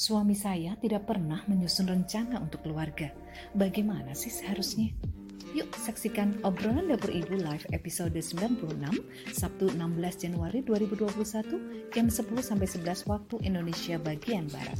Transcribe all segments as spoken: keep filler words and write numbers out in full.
Suami saya tidak pernah menyusun rencana untuk keluarga. Bagaimana sih seharusnya? Yuk saksikan obrolan Dapur Ibu live episode sembilan puluh enam Sabtu enam belas Januari dua ribu dua puluh satu jam sepuluh sampai sebelas waktu Indonesia bagian Barat.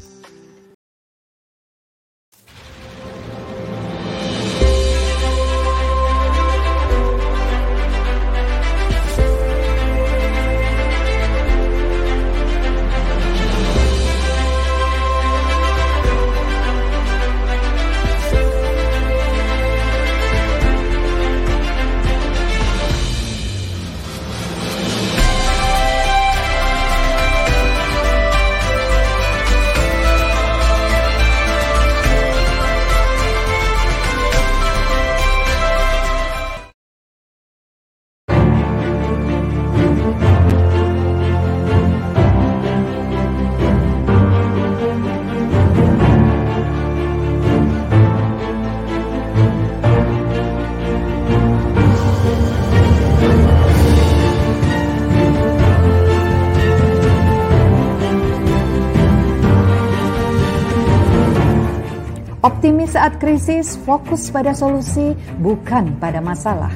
Optimis saat krisis, fokus pada solusi, bukan pada masalah.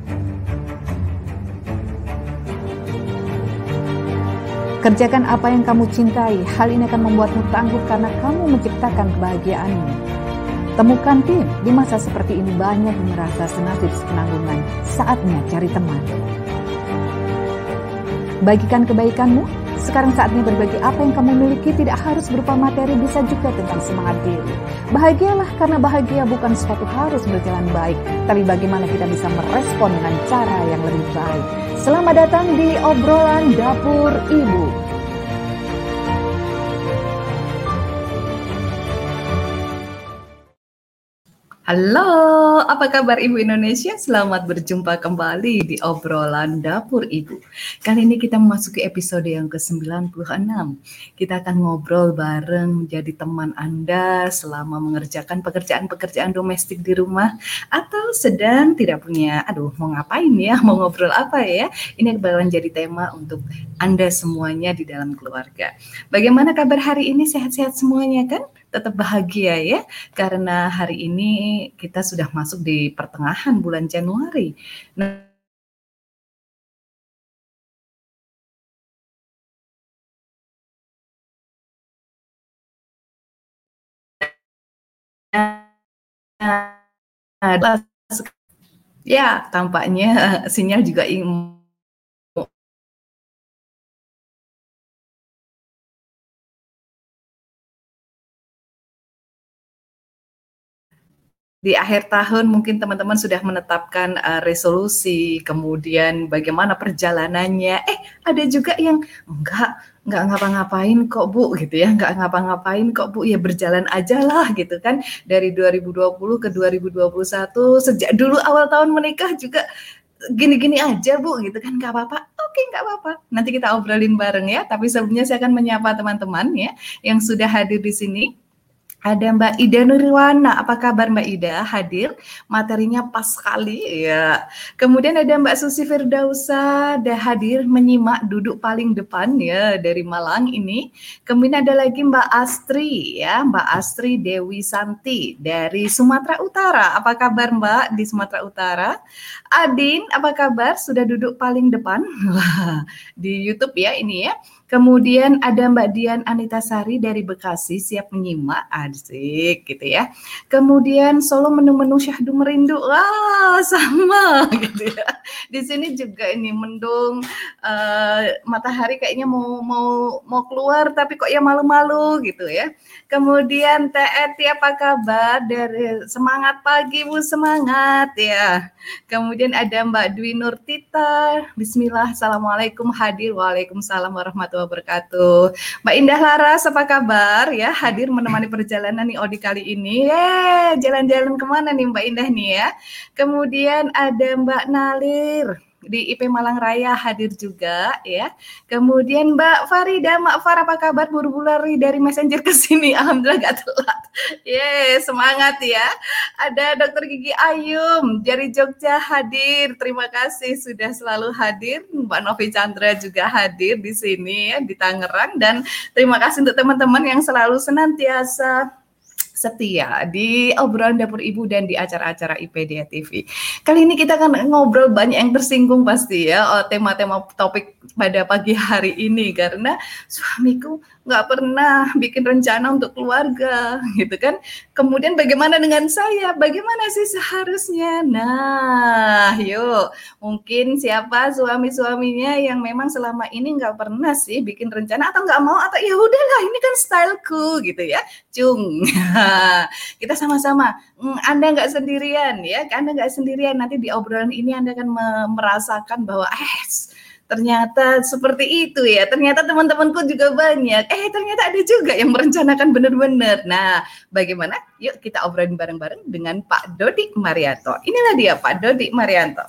Kerjakan apa yang kamu cintai, hal ini akan membuatmu tangguh karena kamu menciptakan kebahagiaanmu. Temukan tim, di masa seperti ini banyak yang merasa senasib sepenanggungan, saatnya cari teman. Bagikan kebaikanmu, sekarang saatnya berbagi apa yang kamu miliki, tidak harus berupa materi, bisa juga tentang semangat diri. Bahagialah karena bahagia bukan suatu harus berjalan baik, tapi bagaimana kita bisa merespon dengan cara yang lebih baik. Selamat datang di obrolan Dapur Ibu. Halo, apa kabar Ibu Indonesia? Selamat berjumpa kembali di obrolan Dapur Ibu. Kali ini kita memasuki episode yang ke sembilan puluh enam. Kita akan ngobrol bareng menjadi teman Anda selama mengerjakan pekerjaan-pekerjaan domestik di rumah atau sedang tidak punya, aduh mau ngapain ya, mau ngobrol apa ya? Ini bakalan jadi tema untuk Anda semuanya di dalam keluarga. Bagaimana kabar hari ini? Sehat-sehat semuanya kan? Tetap bahagia ya, karena hari ini kita sudah masuk di pertengahan bulan Januari. Nah, ya tampaknya sinyal juga ingin di akhir tahun mungkin teman-teman sudah menetapkan uh, resolusi, kemudian bagaimana perjalanannya. Eh, ada juga yang enggak, enggak ngapa-ngapain kok Bu, gitu ya. Enggak ngapa-ngapain kok Bu, ya berjalan aja lah gitu kan. Dari dua ribu dua puluh ke dua ribu dua puluh satu, sejak dulu awal tahun menikah juga gini-gini aja Bu, gitu kan, enggak apa-apa. Oke, enggak apa-apa. Nanti kita obrolin bareng ya. Tapi sebelumnya saya akan menyapa teman-teman ya yang sudah hadir di sini. Ada Mbak Ida Nurwana, apa kabar Mbak Ida? Hadir, materinya pas sekali ya. Kemudian ada Mbak Susi Firdausa, ada hadir menyimak duduk paling depan ya dari Malang ini. Kemudian ada lagi Mbak Astri ya, Mbak Astri Dewi Santi dari Sumatera Utara. Apa kabar Mbak di Sumatera Utara? Adin, apa kabar? Sudah duduk paling depan di YouTube ya ini ya. Kemudian ada Mbak Dian Anita Sari dari Bekasi, siap menyimak, asik gitu ya. Kemudian Solo menu-menu syahdu merindu, wah sama gitu ya. Di sini juga ini mendung, uh, matahari kayaknya mau mau mau keluar tapi kok ya malu-malu gitu ya. Kemudian Teh Eti apa kabar? Dari semangat pagi Bu, semangat ya. Kemudian ada Mbak Dwi Nurtita, Bismillah, Assalamualaikum, hadir, Waalaikumsalam warahmatullahi wabarakatuh. Mbak Indah Laras, apa kabar ya? Hadir menemani perjalanan nih Odi kali ini. Yeay, jalan-jalan kemana nih Mbak Indah nih ya? Kemudian ada Mbak Nalir. di I P Malang Raya hadir juga ya. Kemudian Mbak Farida, Mak Far apa kabar? Buru-buru lari dari Messenger ke sini. Alhamdulillah gak telat. Yeay, semangat ya. Ada Dokter Gigi Ayum dari Jogja hadir. Terima kasih sudah selalu hadir. Mbak Novi Chandra juga hadir di sini ya di Tangerang, dan terima kasih untuk teman-teman yang selalu senantiasa setia di obrolan dapur ibu dan di acara-acara I P D A T V. Kali ini kita akan ngobrol banyak yang tersinggung pasti ya, oh, tema-tema topik pada pagi hari ini, karena suamiku nggak pernah bikin rencana untuk keluarga gitu kan. Kemudian bagaimana dengan saya? Bagaimana sih seharusnya? Nah, yuk, mungkin siapa suami-suaminya yang memang selama ini nggak pernah sih bikin rencana atau nggak mau, atau ya udahlah ini kan styleku gitu ya. Cung. Kita sama-sama, Anda nggak sendirian ya, Anda nggak sendirian. Nanti di obrolan ini Anda akan merasakan bahwa eh ternyata seperti itu ya, ternyata teman-temanku juga banyak, eh ternyata ada juga yang merencanakan benar-benar. Nah, bagaimana? Yuk kita obrolin bareng-bareng dengan Pak Dodi Marianto. Inilah dia Pak Dodi Marianto.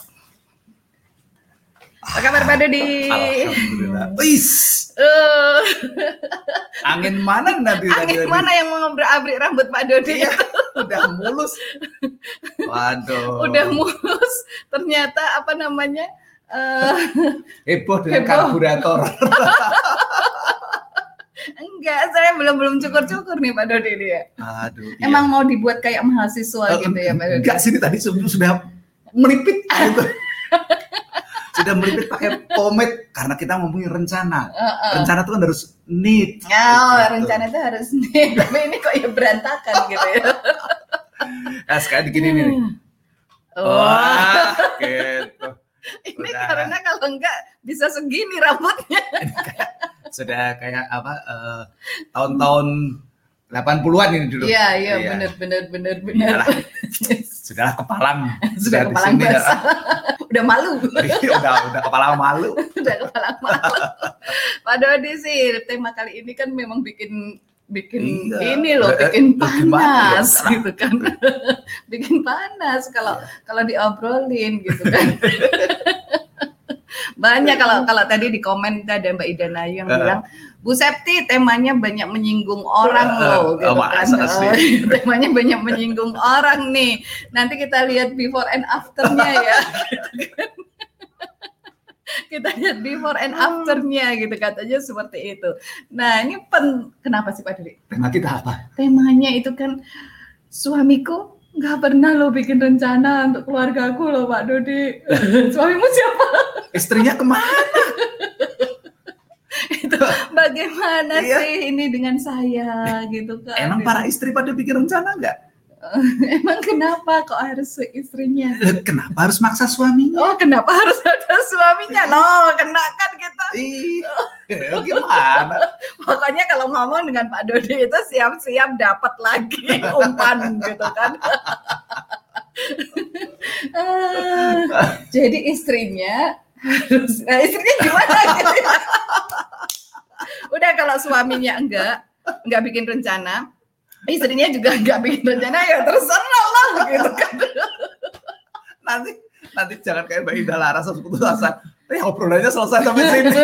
Apa kabar Pak Dodi? Alhamdulillah. Wis. Uh. Angin mana nanti? Angin mana yang mengabrik rambut Pak Dodi? Iya, udah mulus. Waduh. Udah mulus. Ternyata apa namanya? Uh, heboh dengan heboh. Karburator. Enggak, saya belum belum cukur-cukur nih Pak Dodi ini ya. Aduh. Emang iya. mau dibuat kayak mahasiswa uh, gitu ya Pak Dodi? Enggak sih, tadi sudah melipit gitu. Sudah melipit pakai pomade karena kita mempunyai rencana. Uh, uh. Rencana itu kan harus neat. Oh, gitu. Rencana itu harus neat. Tapi ini kok ya berantakan gitu ya. Nah, sekarang gini nih. Oh, wah, gitu. Ini udah. Karena kalau enggak bisa segini rambutnya. Kayak, sudah kayak apa uh, tahun-tahun delapan puluhan ini dulu. Iya, iya, benar benar benar benar. Sudahlah kepalang. Sudah kepalang basah. Udah malu. udah udah kepala malu. Udah kepala malu. Pak Dodi sih, tema kali ini kan memang bikin bikin iya. ini loh, bikin panas ya, gitu kan. Bikin panas kalau iya. kalau diobrolin gitu kan. Banyak kalau kalau tadi di komen ada Mbak Ida Nayu yang uh. bilang, Bu Septi temanya banyak menyinggung orang uh, loh gitu uh, kan. Uh, temanya banyak menyinggung orang nih. Nanti kita lihat before and after-nya ya. Gitu kan. Kita lihat before and after-nya gitu katanya seperti itu. Nah, ini pen kenapa sih Pak Dodi? Tema kita apa? Temanya itu kan suamiku nggak pernah lo bikin rencana untuk keluargaku loh Pak Dodi. Suamimu siapa? Istrinya kemana? Itu bagaimana iya. sih ini dengan saya gitu kan? Emang gitu. Para istri pada bikin rencana nggak? Emang kenapa kok harus istrinya? Kenapa harus maksa suaminya? Oh, kenapa harus ada suaminya? Loh, kena kan kita. Iya, gimana? Pokoknya kalau ngomong dengan Pak Dodi itu siap-siap dapat lagi umpan gitu kan. uh, jadi istrinya harus, nah istrinya gimana gitu ya? Udah kalau suaminya enggak, enggak bikin rencana, istrinya juga enggak bikin rencana, ya terserah lah gitu kan. Nanti nanti jangan kayak Mbak Ida Laras putus asa. Eh, obrolannya selesai sampai sini.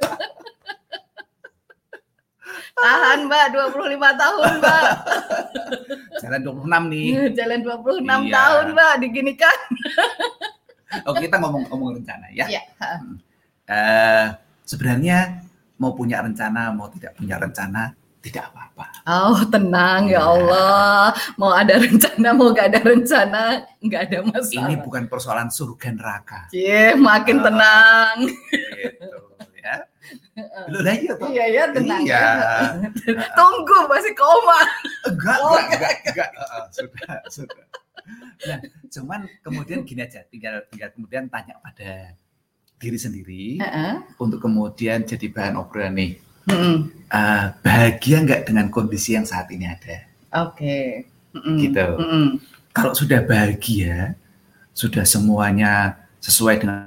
Tahan Mbak, dua puluh lima tahun Mbak. Jalan dua puluh enam nih. Jalan dua puluh enam iya. tahun Mbak, diginikan. Oke, kita ngomong-ngomong rencana ya. Iya. Uh, sebenarnya mau punya rencana, mau tidak punya rencana, tidak apa-apa. Oh, tenang ya, ya Allah. Mau ada rencana, mau gak ada rencana, gak ada masalah. Ini bukan persoalan surga neraka. Iya, yeah, makin uh, tenang. Gitu ya. Belum lagi ya, Iya, iya, tenang. Iya. Ya. Tunggu, masih koma. Enggak, oh, enggak, enggak, enggak. Uh, sudah, sudah. Nah, cuman kemudian gini aja, tinggal, tinggal kemudian tanya pada diri sendiri uh-uh. untuk kemudian jadi bahan obrolan nih. Uh-uh. Uh, bahagia nggak dengan kondisi yang saat ini ada? Oke. Okay. Uh-uh. Gitu. Uh-uh. Kalau sudah bahagia, sudah semuanya sesuai dengan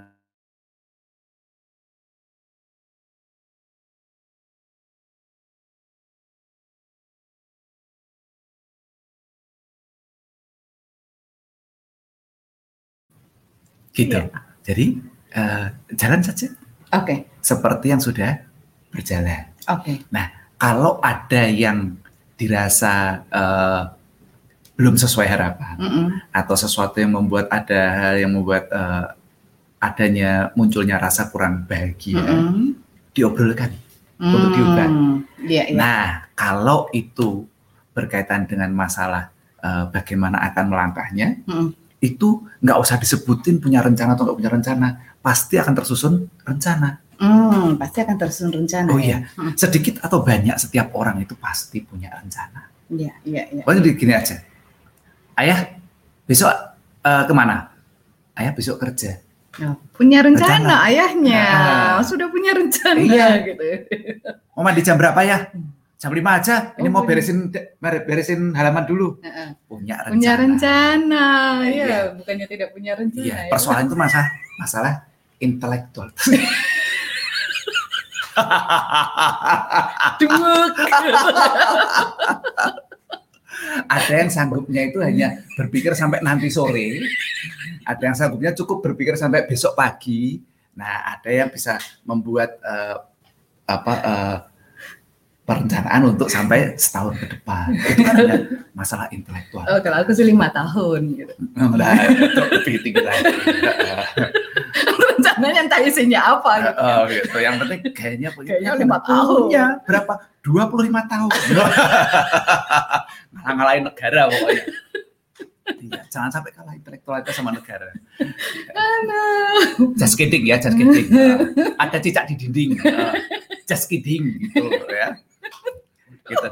gitu. Yeah. Jadi uh, jalan saja. Oke. Okay. Seperti yang sudah berjalan. Oke. Okay. Nah, kalau ada yang dirasa uh, belum sesuai harapan mm-mm. atau sesuatu yang membuat ada hal yang membuat uh, adanya munculnya rasa kurang bahagia, mm-mm. diobrolkan mm. untuk diubah. Yeah, yeah. Nah, kalau itu berkaitan dengan masalah uh, bagaimana akan melangkahnya, mm. itu nggak usah disebutin punya rencana atau nggak punya rencana, pasti akan tersusun rencana. Hmm, pasti akan tersusun rencana. Oh iya, ya? Sedikit atau banyak setiap orang itu pasti punya rencana. Iya, iya, iya. Pokoknya gini aja. Ayah, besok uh, kemana? Ayah besok kerja. Oh, punya rencana, rencana. Ayahnya. Nah, sudah punya rencana. Iya. Gitu. Mau mandi jam berapa ya? Jam lima aja. Ini oh, mau beresin beresin halaman dulu. Uh-uh. Punya rencana. Punya rencana. Ya, iya. Bukannya tidak punya rencana. Iya. Ya. Persoalan itu masalah masalah intelektual. Ada yang sanggupnya itu hanya berpikir sampai nanti sore, ada yang sanggupnya cukup berpikir sampai besok pagi. Nah, ada yang bisa membuat uh, apa uh, perencanaan untuk sampai setahun ke depan. Itu kan ada masalah intelektual. Oh, kalau aku sih lima tahun gitu. Nah, itu lebih tinggi lagi. Rencananya entah isinya apa gitu. Oh, gitu. Yang penting kayaknya punya kayaknya lima tahun. Ya, berapa? dua puluh lima tahun. Malah ngalahin negara pokoknya. Iya, jangan sampai kalah intelektualitas sama negara. Just kidding ya, just kidding. Uh, ada cicak di dinding. Uh, just kidding gitu ya. Gitu.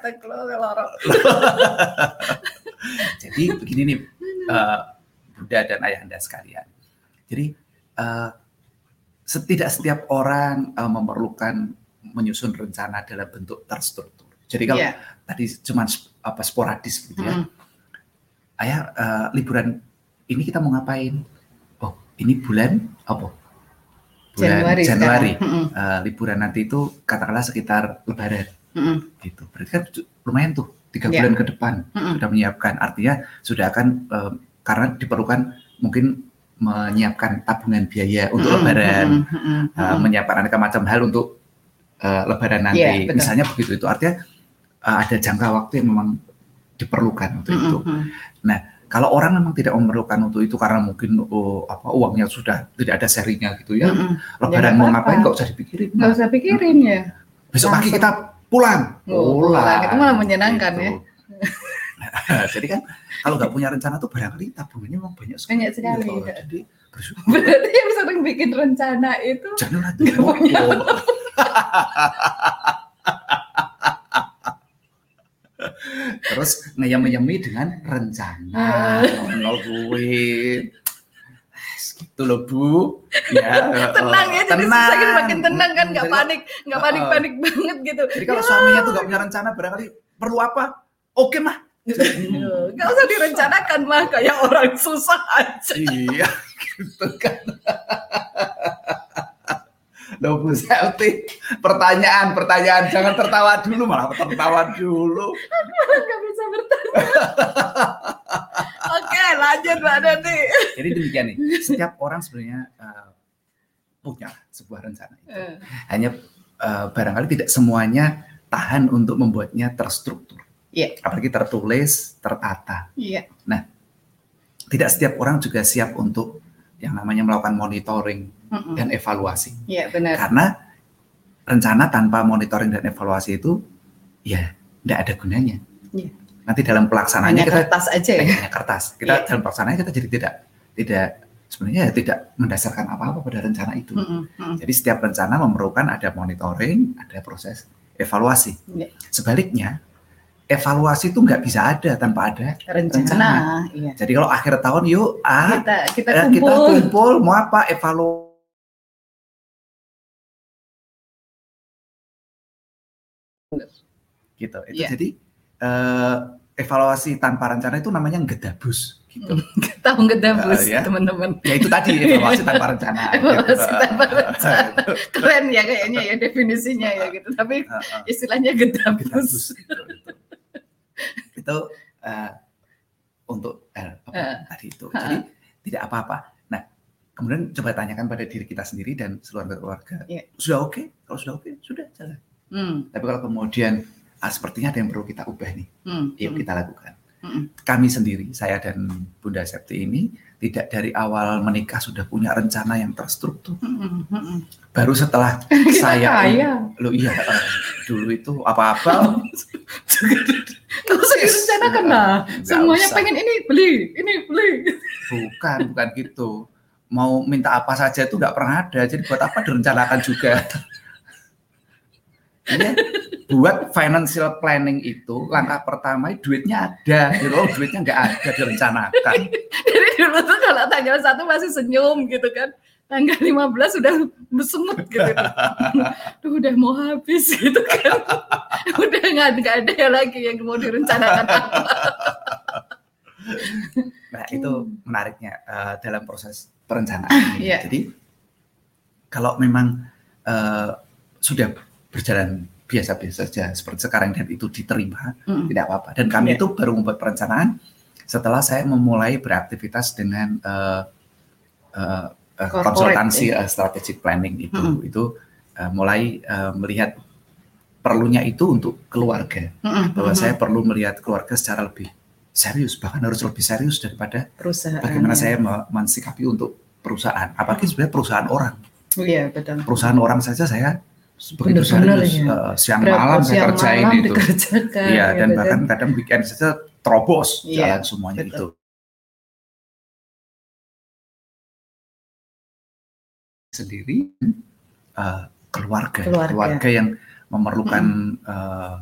Jadi begini nih, uh, Bunda dan Ayahanda sekalian. Jadi uh, setidak setiap orang uh, memerlukan menyusun rencana dalam bentuk terstruktur. Jadi kalau yeah. tadi cuma apa sporadis gitu ya. Mm. Ayah uh, liburan ini kita mau ngapain? Oh, ini bulan apa? Bulan Januari. Januari. Uh, liburan nanti itu katakanlah sekitar Lebaran. Mm-hmm. Gitu. Berarti kan lumayan tuh tiga yeah. bulan ke depan mm-hmm. sudah menyiapkan. Artinya sudah akan uh, karena diperlukan mungkin menyiapkan tabungan biaya untuk mm-hmm. Lebaran, mm-hmm. Uh, menyiapkan aneka macam hal untuk uh, Lebaran nanti. Yeah, misalnya begitu itu artinya uh, ada jangka waktu yang memang diperlukan untuk mm-hmm. itu. Nah, kalau orang memang tidak memerlukan untuk itu karena mungkin oh, apa uangnya sudah tidak ada serinya gitu ya. Mm-hmm. Lebaran ya, mau ngapain nggak usah dipikirin. Nggak usah pikirin hmm. ya. Besok pagi kita pulang. Oh, pulang. Itu malah menyenangkan gitu. Ya. Jadi kan kalau nggak punya rencana tuh barangkali tabungannya memang banyak sekali. Banyak sekali. Ya, jadi berarti yang sering bikin rencana itu. Jangan ragu. Terus ngeyem-ngeyemi dengan rencana, nol duit, gitu loh Bu. Ya, tenang ya, jadi makin makin tenang kan, nggak panik, nggak panik-panik uh, banget gitu. Jadi kalau ya. Suaminya tuh nggak punya rencana, barangkali perlu apa? Oke mah. Nggak usah direncanakan mah, kayak orang susah aja. Iya, gitu kan. Loh Bu Selti, pertanyaan, pertanyaan, jangan tertawa dulu, malah tertawa dulu. Nggak bisa bertanya. Oke, lanjut Mbak Dati. Jadi demikian nih, setiap orang sebenarnya uh, punya sebuah rencana itu. Uh. Hanya uh, barangkali tidak semuanya tahan untuk membuatnya terstruktur. Yeah. Apalagi tertulis, tertata. Yeah. Nah, tidak setiap orang juga siap untuk yang namanya melakukan monitoring Mm-mm. dan evaluasi. Iya, benar. Karena rencana tanpa monitoring dan evaluasi itu ya tidak ada gunanya. Iya. Nanti dalam pelaksanaannya hanya kita kertas aja ya. Hanya kertas. Kita iya. dalam pelaksanaannya kita jadi tidak tidak sebenarnya ya tidak mendasarkan apa-apa pada rencana itu. Mm-mm. Mm-mm. Jadi setiap rencana memerlukan ada monitoring, ada proses evaluasi. Iya. Sebaliknya evaluasi itu nggak bisa ada tanpa ada rencana. rencana. Iya. Jadi kalau akhir tahun yuk ah kita, kita, eh, kumpul. kita kumpul mau apa evaluasi. Gitu. Itu yeah. Jadi uh, evaluasi tanpa rencana itu namanya ngedabus. Gitu. Tahu ngedabus uh, ya? Teman-teman. Ya itu tadi evaluasi tanpa rencana. Evaluasi gitu. tanpa rencana. Keren ya kayaknya ya definisinya ya gitu. Tapi uh, uh, istilahnya ngedabus. ngedabus gitu, gitu. Itu uh, untuk uh, apa, uh, tadi itu. Uh, jadi tidak apa-apa. Nah, kemudian coba tanyakan pada diri kita sendiri dan seluruh keluarga. Yeah. Sudah oke? Okay? Kalau sudah oke, okay, sudah jalan. Hmm. Tapi kalau kemudian ah, sepertinya ada yang perlu kita ubah nih, hmm. yuk hmm. kita lakukan. Hmm. Kami sendiri, saya dan Bunda Septi ini tidak dari awal menikah sudah punya rencana yang terstruktur. Hmm. Hmm. Baru setelah saya, lo iya, uh, dulu itu apa-apa. Kalau saya rencanakan lah, semuanya usah. Pengen ini beli, ini beli. Bukan, bukan gitu. Mau minta apa saja itu nggak pernah ada. Jadi buat apa direncanakan juga? Ya, buat financial planning itu langkah pertama duitnya ada, kalau duitnya nggak ada direncanakan. Jadi dulu tuh kalau tanggal satu masih senyum gitu kan, tanggal lima belas sudah bersemut gitu. Tuh udah mau habis gitu kan, udah nggak ada lagi yang mau direncanakan apa. Nah itu menariknya uh, dalam proses perencanaan ini. Yeah. Jadi kalau memang uh, sudah berjalan biasa-biasa saja seperti sekarang dan itu diterima, mm. tidak apa-apa. Dan kami yeah. itu baru membuat perencanaan setelah saya memulai beraktivitas dengan uh, uh, uh, konsultansi uh, strategic planning itu, mm. itu uh, mulai uh, melihat perlunya itu untuk keluarga, mm. bahwa mm. saya perlu melihat keluarga secara lebih serius, bahkan harus lebih serius daripada perusahaan. Bagaimana ya. Saya mensikapi untuk perusahaan, apalagi sebenarnya perusahaan orang. Iya betul. Perusahaan orang saja saya begitu serius, ya. uh, siang Berapa malam saya kerjain malam itu. Iya, dan ya, bahkan kadang weekend saja terobos ya, jalan semuanya betul. Itu. Sendiri uh, keluarga, keluarga, keluarga yang memerlukan hmm. uh,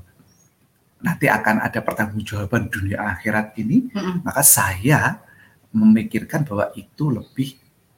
nanti akan ada pertanggungjawaban dunia akhirat ini, hmm. maka saya memikirkan bahwa itu lebih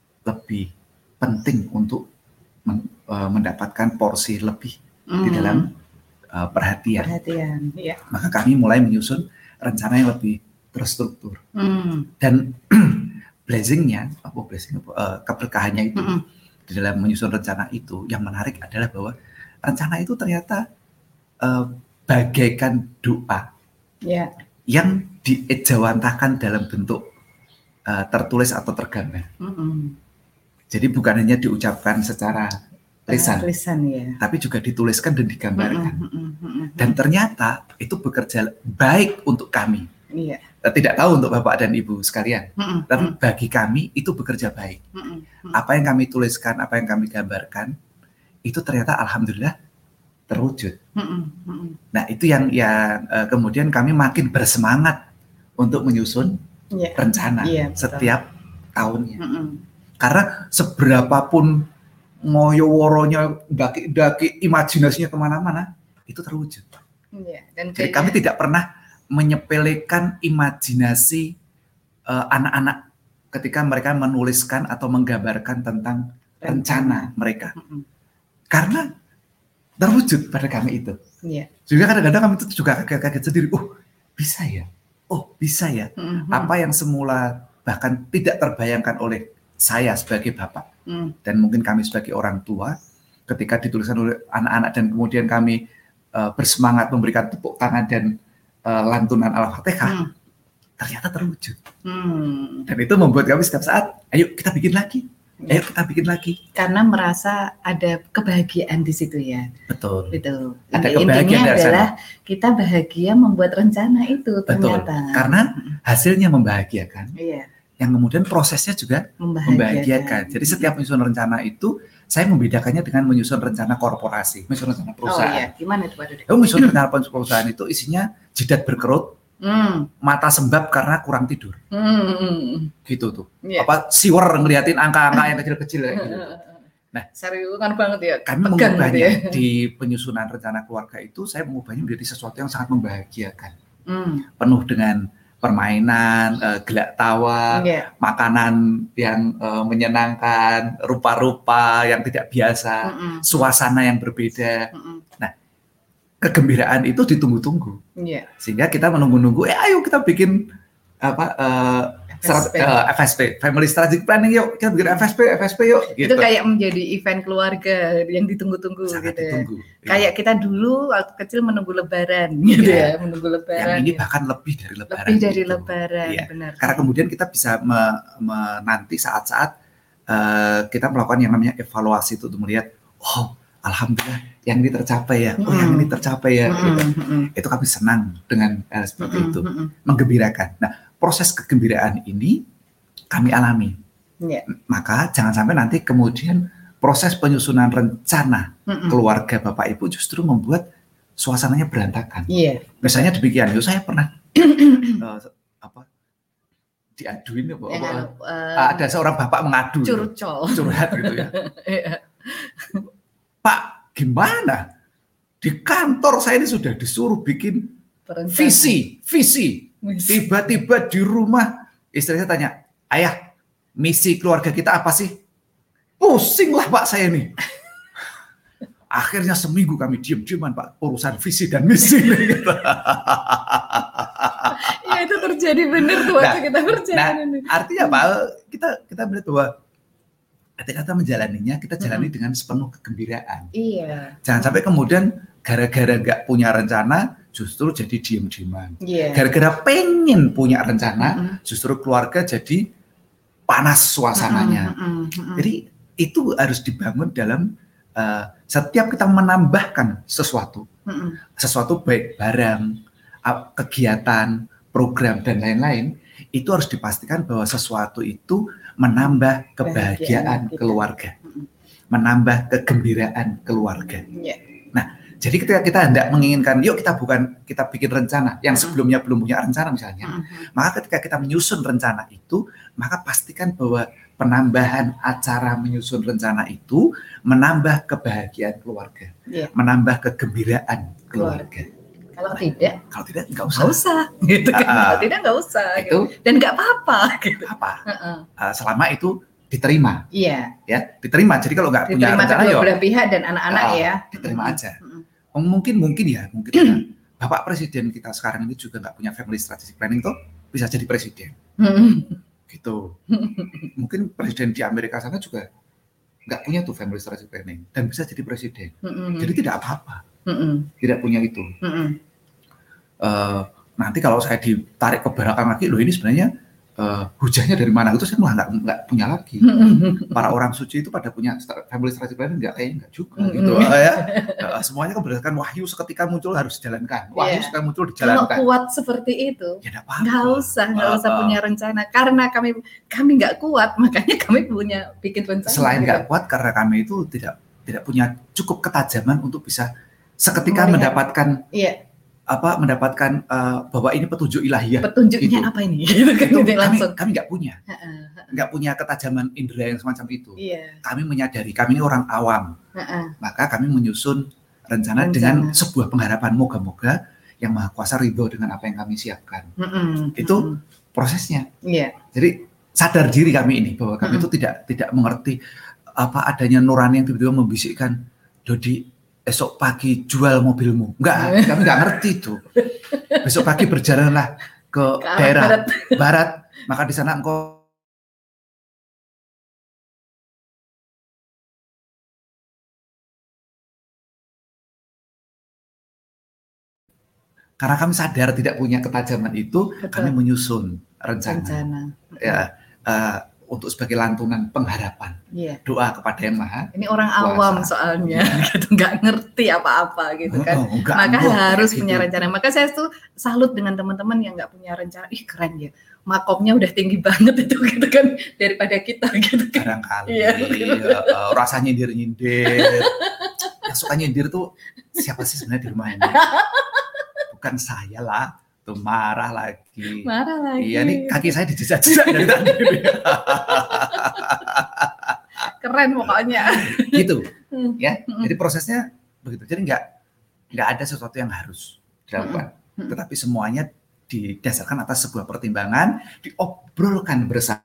lebih penting untuk men, uh, mendapatkan porsi lebih mm. di dalam uh, perhatian. Perhatian, iya. Maka kami mulai menyusun rencana yang lebih terstruktur. Mm. Dan blessing-nya, apa blessing, uh, keberkahannya itu mm. di dalam menyusun rencana itu, yang menarik adalah bahwa rencana itu ternyata uh, bagaikan doa yeah. yang diejawantahkan dalam bentuk uh, tertulis atau tergambar. Mm-hmm. Jadi bukan hanya diucapkan secara lisan, uh, lisan ya. Tapi juga dituliskan dan digambarkan. Mm-hmm, mm-hmm. Dan ternyata itu bekerja baik untuk kami. Yeah. Tidak tahu untuk Bapak dan Ibu sekalian, mm-hmm. tapi bagi kami itu bekerja baik. Mm-hmm. Apa yang kami tuliskan, apa yang kami gambarkan, itu ternyata alhamdulillah terwujud. Mm-hmm. Nah itu yang yang uh, kemudian kami makin bersemangat untuk menyusun yeah. rencana yeah, setiap tahunnya. Mm-hmm. Karena seberapapun ngoyo-woronya, daki-daki imajinasinya kemana-mana, itu terwujud. Yeah, dan jadi kami tidak pernah menyepelekan imajinasi uh, anak-anak ketika mereka menuliskan atau menggambarkan tentang rencana, rencana mereka. Mm-hmm. Karena terwujud pada kami itu. Yeah. Juga kadang-kadang kami itu juga kaget-kaget sendiri. Oh, bisa ya? Oh, bisa ya? Mm-hmm. Apa yang semula bahkan tidak terbayangkan oleh saya sebagai bapak mm. dan mungkin kami sebagai orang tua, ketika dituliskan oleh anak-anak dan kemudian kami uh, bersemangat memberikan tepuk tangan dan uh, lantunan Al-Fatihah, mm. ternyata terwujud. Mm. Dan itu membuat kami setiap saat, ayo kita bikin lagi. Ayo kita bikin lagi. Karena merasa ada kebahagiaan di situ ya. Betul. Betul. Ada kebahagiaan adalah sana. Kita bahagia membuat rencana itu ternyata. Betul. Karena hasilnya membahagiakan. Iya. Yang kemudian prosesnya juga membahagiakan. membahagiakan. Jadi setiap menyusun rencana itu, saya membedakannya dengan menyusun rencana korporasi, menyusun rencana perusahaan. Oh iya, gimana itu Pak Dede? Oh, menyusun rencana perusahaan itu isinya jidat berkerut, hmm. mata sembab karena kurang tidur. Hmm. Gitu tuh. Yeah. Apa siwer ngeliatin angka-angka yang kecil-kecil ya gitu. Nah, serius kan banget ya. Kami mengubahnya ya. Di penyusunan rencana keluarga itu, saya mengubahnya menjadi sesuatu yang sangat membahagiakan. Hmm. Penuh dengan permainan, uh, gelak tawa, yeah. makanan yang uh, menyenangkan, rupa-rupa yang tidak biasa, mm-mm. suasana yang berbeda. Mm-mm. Nah, kegembiraan itu ditunggu-tunggu, yeah. sehingga kita menunggu-nunggu. Eh, ayo kita bikin apa? Uh, F S P. Uh, F S P, Family Strategic Planning yuk, kita bikin F S P, F S P yuk. Gitu. Itu kayak menjadi event keluarga yang ditunggu-tunggu. Sangat gitu. Ditunggu. Ya. Kayak kita dulu waktu kecil menunggu Lebaran, gitu ya, ya menunggu Lebaran. Yang ini bahkan lebih dari Lebaran. Lebih dari gitu. Lebaran, ya. benar. Karena kemudian kita bisa me- menanti saat-saat uh, kita melakukan yang namanya evaluasi itu untuk melihat, oh alhamdulillah yang ini tercapai ya, oh yang ini tercapai ya, gitu. Itu kami senang dengan hal seperti itu, menggembirakan. Nah, proses kegembiraan ini kami alami. Yeah. Maka jangan sampai nanti kemudian proses penyusunan rencana Mm-mm. keluarga Bapak Ibu justru membuat suasananya berantakan. Yeah. Misalnya demikian, yo saya pernah uh, apa diaduin ya, Pak. Uh, uh, ada seorang bapak mengadu, curcol, curhat gitu ya. Pak, gimana? Di kantor saya ini sudah disuruh bikin Perencana. visi, visi. Tiba-tiba di rumah istrinya tanya, ayah, misi keluarga kita apa sih? Pusing lah Pak saya nih. Akhirnya seminggu kami diam-diaman Pak, urusan visi dan misi. Ya itu terjadi benar tuh waktu nah, kita berjalan. Nah, artinya apa? Kita kita melihat bahwa ketika kita menjalaninya, kita jalani mm-hmm. dengan sepenuh kegembiraan. Iya. Jangan sampai kemudian gara-gara nggak punya rencana, justru jadi diem-dieman. Yeah. Gara-gara pengen punya rencana, mm-hmm. justru keluarga jadi panas suasananya. Mm-hmm. Mm-hmm. Jadi itu harus dibangun dalam uh, setiap kita menambahkan sesuatu, mm-hmm. sesuatu baik barang, kegiatan, program dan lain-lain, itu harus dipastikan bahwa sesuatu itu menambah kebahagiaan keluarga, menambah kegembiraan keluarga. Yeah. Nah, jadi ketika kita hendak menginginkan, yuk kita bukan kita bikin rencana yang sebelumnya belum punya rencana misalnya, uh-huh. maka ketika kita menyusun rencana itu, maka pastikan bahwa penambahan acara menyusun rencana itu menambah kebahagiaan keluarga, yeah. menambah kegembiraan keluarga. Kalau tidak, kalau tidak nggak usah. Nggak usah, gitu kan. Uh, kalau tidak nggak usah, itu gitu. Dan nggak apa-apa, gitu. Apa? Uh-uh. Uh, selama itu diterima, iya, ya diterima. Jadi kalau nggak punya rencana, kedua belah pihak dan anak-anak uh, ya, diterima uh-huh. aja. Uh-huh. Mungkin mungkin ya, mungkin ya. Bapak Presiden kita sekarang ini juga nggak punya family strategic planning tuh bisa jadi presiden, uh-huh. gitu. Mungkin presiden di Amerika sana juga nggak punya tuh family strategic planning dan bisa jadi presiden. Uh-huh. Jadi tidak apa-apa. Mm-mm. Tidak punya itu. Uh, nanti kalau saya ditarik ke belakang lagi, loh ini sebenarnya uh, hujannya dari mana? Itu saya malah nggak nggak punya lagi. Mm-mm. Para orang suci itu pada punya family strategic planning nggak? Kayaknya nggak juga. Mm-mm. Gitu uh, ya. Uh, semuanya kan berdasarkan wahyu seketika muncul harus dijalankan. Wahyu yeah. seketika muncul dijalankan. Kalau kuat seperti itu, ya nggak apa-apa. Nggak usah, nggak uh, usah uh, punya rencana. Karena kami kami nggak kuat, makanya kami punya bikin rencana. Selain nggak gitu. kuat, karena kami itu tidak tidak punya cukup ketajaman untuk bisa seketika oh, mendapatkan iya. apa mendapatkan uh, bahwa ini petunjuk ilahiyah. Petunjuknya itu. apa ini? Gitu kan, itu langsung. Kami nggak punya, nggak punya ketajaman indera yang semacam itu. Iya. Kami menyadari kami ini orang awam, uh-uh. maka kami menyusun rencana, rencana dengan sebuah pengharapan moga-moga yang Maha Kuasa ridho dengan apa yang kami siapkan. Uh-uh. Itu uh-uh. prosesnya. Iya. Jadi sadar diri kami ini bahwa kami uh-uh. itu tidak tidak mengerti apa adanya nurani yang tiba-tiba membisikkan, Dodi esok pagi jual mobilmu. Enggak, kami enggak ngerti itu. Besok pagi berjalanlah ke, ke daerah barat. barat, maka di sana engkau karena kami sadar tidak punya ketajaman itu, betul. Kami menyusun rencana. rencana. Ya, uh, untuk sebagai lantunan pengharapan, yeah. doa kepada Yang Maha. Ini orang kuasa. Awam soalnya, yeah. gitu, nggak ngerti apa-apa gitu kan. Oh, enggak, Maka enggak, harus gitu. Punya rencana. Maka saya tuh salut dengan teman-teman yang nggak punya rencana. Ih keren ya, makomnya udah tinggi banget itu gitu kan daripada kita gitu kan. Kadang-kali yeah, gitu. uh, rasanya nyindir-nyindir. Yang suka nyindir tuh siapa sih sebenarnya di rumah ini? Bukan saya lah. Tuh marah lagi. Marah lagi. Iya, nih kaki saya dijejak-jejak dari tadi. Keren pokoknya. Gitu, ya. Jadi prosesnya begitu. Jadi nggak nggak ada sesuatu yang harus dilakukan, tetapi semuanya didasarkan atas sebuah pertimbangan, diobrolkan bersama.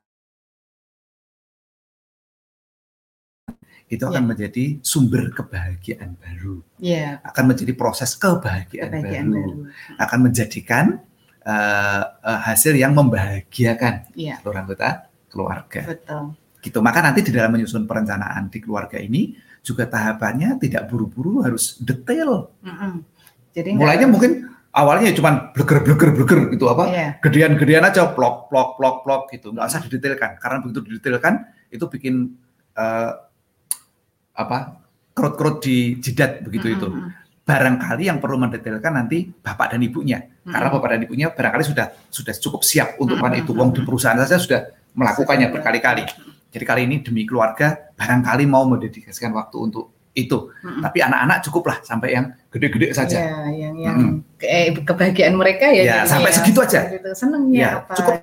Itu akan yeah. menjadi sumber kebahagiaan baru, yeah. akan menjadi proses kebahagiaan, kebahagiaan baru. baru, akan menjadikan uh, uh, hasil yang membahagiakan yeah. seluruh anggota keluarga. Betul. Gitu. Maka nanti di dalam menyusun perencanaan di keluarga ini juga tahapannya tidak buru-buru, harus detail. Mm-hmm. Jadi mulainya harus... mungkin awalnya cuma bleger-bleger-bleger gitu apa, yeah. gedean-gedean aja, plok, plok, plok, plok gitu, nggak usah didetailkan. Karena begitu didetailkan itu bikin uh, apa kerut-kerut di jidat begitu mm-hmm. itu. Barangkali yang perlu mendetailkan nanti bapak dan ibunya, mm-hmm. karena bapak dan ibunya barangkali sudah sudah cukup siap untuk mm-hmm. itu. Wong di perusahaan saja sudah melakukannya berkali-kali. Jadi kali ini demi keluarga barangkali mau mendedikasikan waktu untuk itu. Mm-hmm. Tapi anak-anak cukuplah sampai yang gede-gede saja. Ya, yang yang mm-hmm. ke- kebahagiaan mereka ya. Ya sampai ya, segitu aja. Gitu. Senengnya ya, apa? Cukup.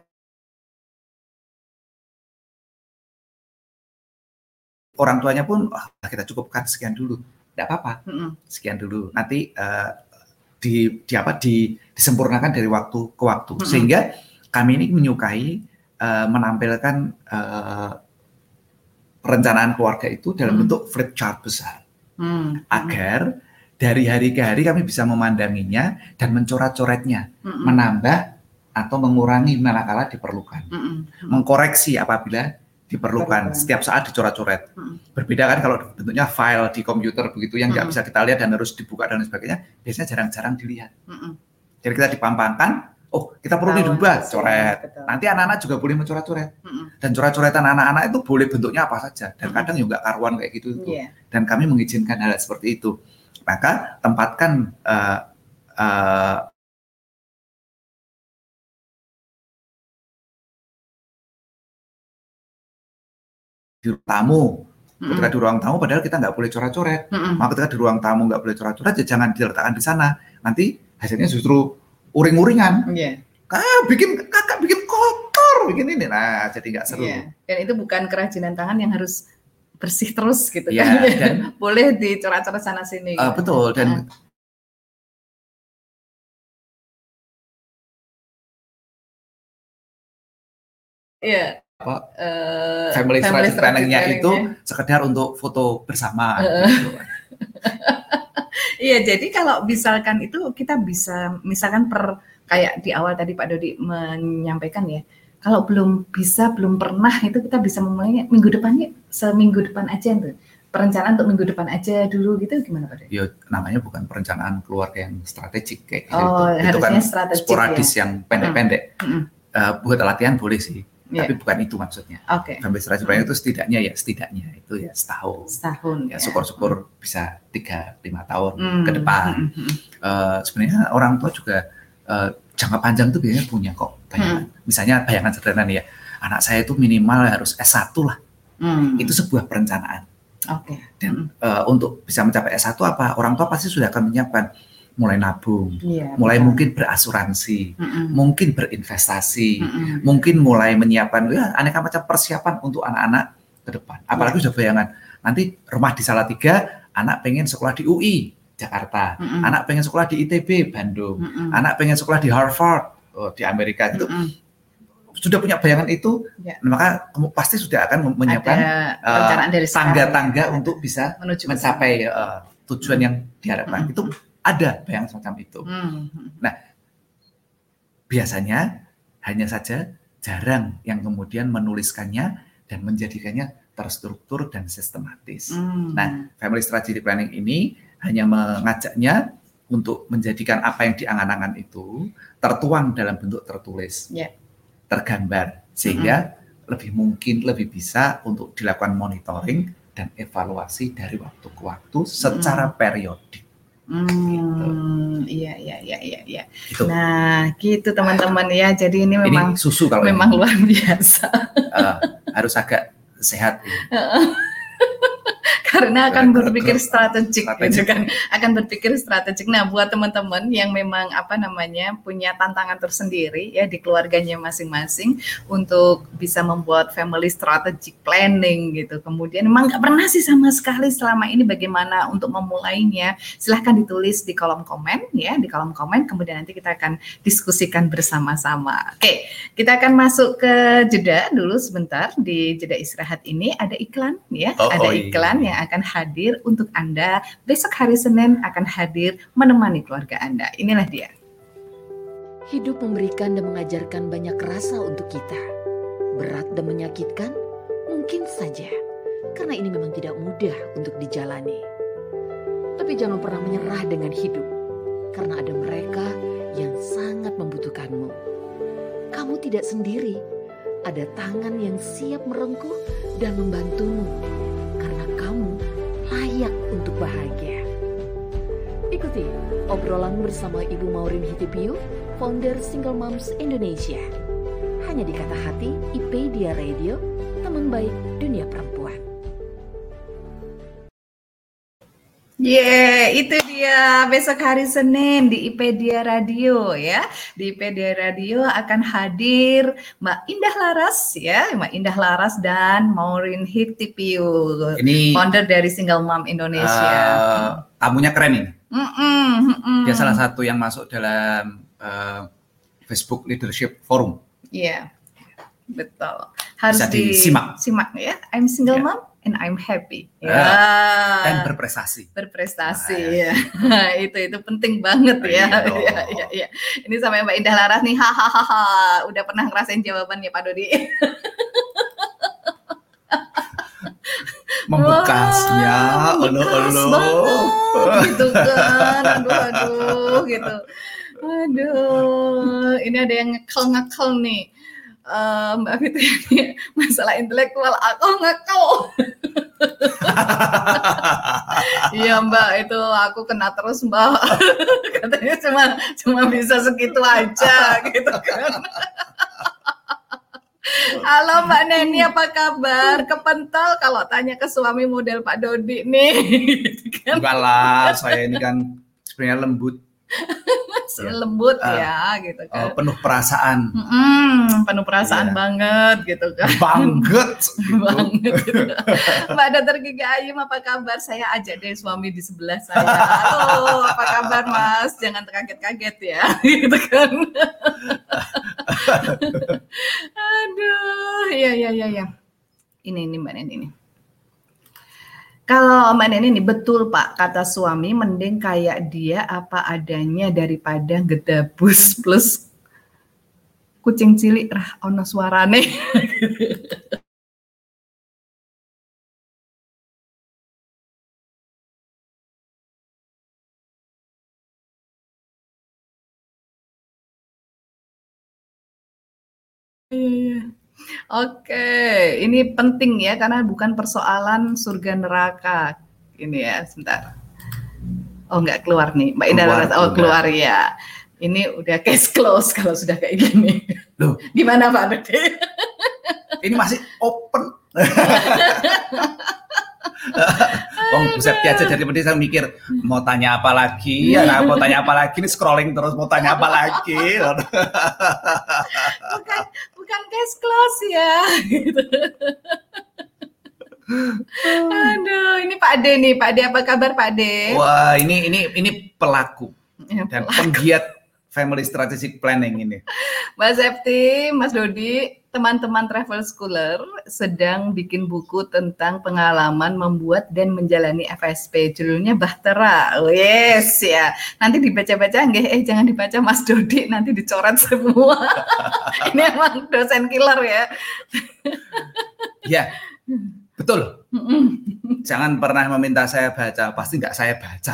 Orang tuanya pun oh, kita cukupkan sekian dulu. Tidak apa-apa, mm-hmm. sekian dulu. Nanti uh, di, di apa di disempurnakan dari waktu ke waktu. Mm-hmm. Sehingga kami ini menyukai uh, menampilkan uh, perencanaan keluarga itu dalam mm-hmm. bentuk flip chart besar, mm-hmm. agar dari hari ke hari kami bisa memandanginya dan mencoret-coretnya, mm-hmm. menambah atau mengurangi manakala diperlukan, mm-hmm. mengkoreksi apabila diperlukan. Perlukan. Setiap saat dicoret-coret. Hmm. Berbeda kan kalau bentuknya file di komputer begitu yang nggak hmm. bisa kita lihat dan harus dibuka dan sebagainya, biasanya jarang-jarang dilihat. Hmm. Jadi kita dipampangkan, oh kita perlu dirubah, coret. Betul. Nanti anak-anak juga boleh mencoret-coret. Hmm. Dan coret-coretan anak-anak itu boleh bentuknya apa saja. Dan hmm. kadang juga karuan kayak gitu. Yeah. Dan kami mengizinkan hal seperti itu. Maka tempatkan uh, uh, di ruang tamu, ketika mm-hmm. di ruang tamu padahal kita nggak boleh coret-coret, mm-hmm. maka ketika di ruang tamu nggak boleh coret-coret, ya jangan diletakkan di sana, nanti hasilnya justru uring-uringan, yeah. kakak bikin kakak bikin kotor, bikin ini, nah jadi nggak seru. Yeah. Dan itu bukan kerajinan tangan yang harus bersih terus gitu yeah, kan, dan, boleh dicoret-coret sana sini. Uh, gitu. Betul dan. Uh. Iya. Apa uh, family, family strategy planning-nya itu sekedar untuk foto bersama. Uh. Gitu. Iya, jadi kalau misalkan itu kita bisa misalkan per kayak di awal tadi Pak Dodi menyampaikan ya, kalau belum bisa belum pernah itu kita bisa memulainya minggu depannya, seminggu depan aja tuh. Perencanaan untuk minggu depan aja dulu gitu gimana Pak Dodi? Ya namanya bukan perencanaan keluarga yang strategik kayak gitu. Oh, itu kan sporadis ya? yang pendek-pendek. Mm-hmm. Uh, buat latihan boleh sih. Yeah. Tapi bukan itu maksudnya. Oke. Okay. Family strategy planning itu setidaknya ya setidaknya itu ya setahun. Setahun. Ya, ya. Syukur-syukur mm. bisa tiga lima tahun mm. ke depan. Mm. Uh, sebenarnya orang tua juga uh, jangka panjang itu biasanya punya kok bayangan. Mm. Misalnya bayangan sederhana nih ya, anak saya itu minimal harus S satu lah. Mm. Itu sebuah perencanaan. Oke. Okay. Dan mm. uh, untuk bisa mencapai S satu apa? Orang tua pasti sudah akan menyiapkan. Mulai nabung, yeah, mulai betul. Mungkin berasuransi, mm-mm. mungkin berinvestasi, mm-mm. mungkin mulai menyiapkan ya, aneka macam persiapan untuk anak-anak ke depan. Apalagi yeah. sudah bayangan, nanti rumah di Salatiga, anak pengen sekolah di U I Jakarta, mm-mm. anak pengen sekolah di I T B Bandung, mm-mm. anak pengen sekolah di Harvard oh, di Amerika itu. Mm-mm. Sudah punya bayangan itu, yeah. maka kamu pasti sudah akan menyiapkan uh, tangga-tangga untuk bisa menuju mencapai uh, tujuan yang diharapkan. Mm-hmm. Itu ada bayangan semacam itu. Mm-hmm. Nah, biasanya hanya saja jarang yang kemudian menuliskannya dan menjadikannya terstruktur dan sistematis. Mm-hmm. Nah, family strategy planning ini hanya mengajaknya untuk menjadikan apa yang diangan-angan itu tertuang dalam bentuk tertulis. Yeah. Tergambar sehingga mm-hmm. lebih mungkin lebih bisa untuk dilakukan monitoring dan evaluasi dari waktu ke waktu secara mm-hmm. periodik. Hmm, gitu. Iya iya iya iya iya. Gitu. Nah, gitu teman-teman ya. Jadi ini memang ini susu kalau memang ini. Luar biasa. Uh, harus agak sehat. Karena akan berpikir strategik, gitu kan, akan berpikir strategik. Nah, buat teman-teman yang memang apa namanya punya tantangan tersendiri ya di keluarganya masing-masing untuk bisa membuat family strategic planning gitu. Kemudian memang nggak pernah sih sama sekali selama ini bagaimana untuk memulainya. Silahkan ditulis di kolom komen ya, di kolom komen. Kemudian nanti kita akan diskusikan bersama-sama. Oke, kita akan masuk ke jeda dulu sebentar. Di jeda istirahat ini ada iklan ya, oh, ada iklan oh, iya. yang akan hadir untuk Anda besok hari Senin akan hadir menemani keluarga Anda. Inilah dia. Hidup memberikan dan mengajarkan banyak rasa untuk kita. Berat dan menyakitkan? Mungkin saja. Karena ini memang tidak mudah untuk dijalani. Tapi jangan pernah menyerah dengan hidup. Karena ada mereka yang sangat membutuhkanmu. Kamu tidak sendiri. ada tangan yang siap merengkuh dan membantumu karena kamu layak untuk bahagia. Ikuti obrolan bersama Ibu Maureen Hidayat, founder Single Moms Indonesia. Hanya di Kata Hati Ipedia Radio, teman baik dunia perempuan. Yeah, itu dia besok hari Senin di Ipedia Radio ya. Di Ipedia Radio akan hadir Mbak Indah Laras ya, Mbak Indah Laras dan Maureen Hidayat, founder dari Single Mom Indonesia. Uh, tamunya keren ini. Mm-mm, mm-mm. Dia salah satu yang masuk dalam uh, Facebook Leadership Forum. Iya, yeah, betul. Harus bisa disimak. Simak ya. I'm single yeah. mom and I'm happy. Ya. Yeah. Uh, dan berprestasi. Berprestasi nah, ya. itu itu penting banget ya. Iya, iya, iya. Ini sama Mbak Indah Laras nih. Hahaha. Udah pernah ngerasain jawabannya Pak Dodi. Membekasnya, olo-olo. Gitu kan. Aduh, aduh gitu. Aduh, ini ada yang ngekel-ngekel nih. Uh, Mbak Fitri, masalah intelektual aku ngekel. Iya Mbak, itu aku kena terus Mbak. Katanya cuma cuma bisa segitu aja gitu kan. Halo Mbak Neni, apa kabar? Kepental kalau tanya ke suami model Pak Dodi nih. Gitu kan. Enggak lah, saya ini kan sebenarnya lembut. Ya. Lembut uh, ya gitu kan. Uh, penuh perasaan. Mm, penuh perasaan yeah. banget gitu kan. Banget. Gitu. Banget gitu. Mbak Dokter Gigi Ayu, apa kabar? Saya ajak deh suami di sebelah saya. Halo, apa kabar Mas? Jangan terkaget-kaget ya. Gitu kan. Aduh, ya ya ya ya. Ini ini Mbak Neni ini. Kalau Mbak Neni nih, betul Pak, kata suami mending kayak dia apa adanya daripada gedabus plus kucing cilik rah ono suarane. Iya. Oke, ini penting ya karena bukan persoalan surga neraka. Ini ya, sebentar. Oh, enggak keluar nih. Mbak Indah Laras, oh keluar ya. Ini udah case close kalau sudah kayak gini. Loh, gimana Pak Dodi? Ini masih open. Wong Bu Septi aja dari tadi saya mikir mau tanya apa lagi, ya nah, mau tanya apa lagi, ini scrolling terus mau tanya apa lagi. bukan bukan case close ya. Gitu. Aduh, ini Pak De nih, Pak De apa kabar Pak De? Wah, ini ini ini pelaku ya, dan pelaku. penggiat family strategic planning ini. Mbak Septi, Mas Dodi, teman-teman travel schooler sedang bikin buku tentang pengalaman membuat dan menjalani F S P. Judulnya Bahtera. Oh, yes ya. Nanti dibaca-baca nggih, eh jangan dibaca Mas Dodi, nanti dicoret semua. Ini emang dosen killer ya. Ya. Betul. Jangan pernah meminta saya baca, pasti nggak saya baca.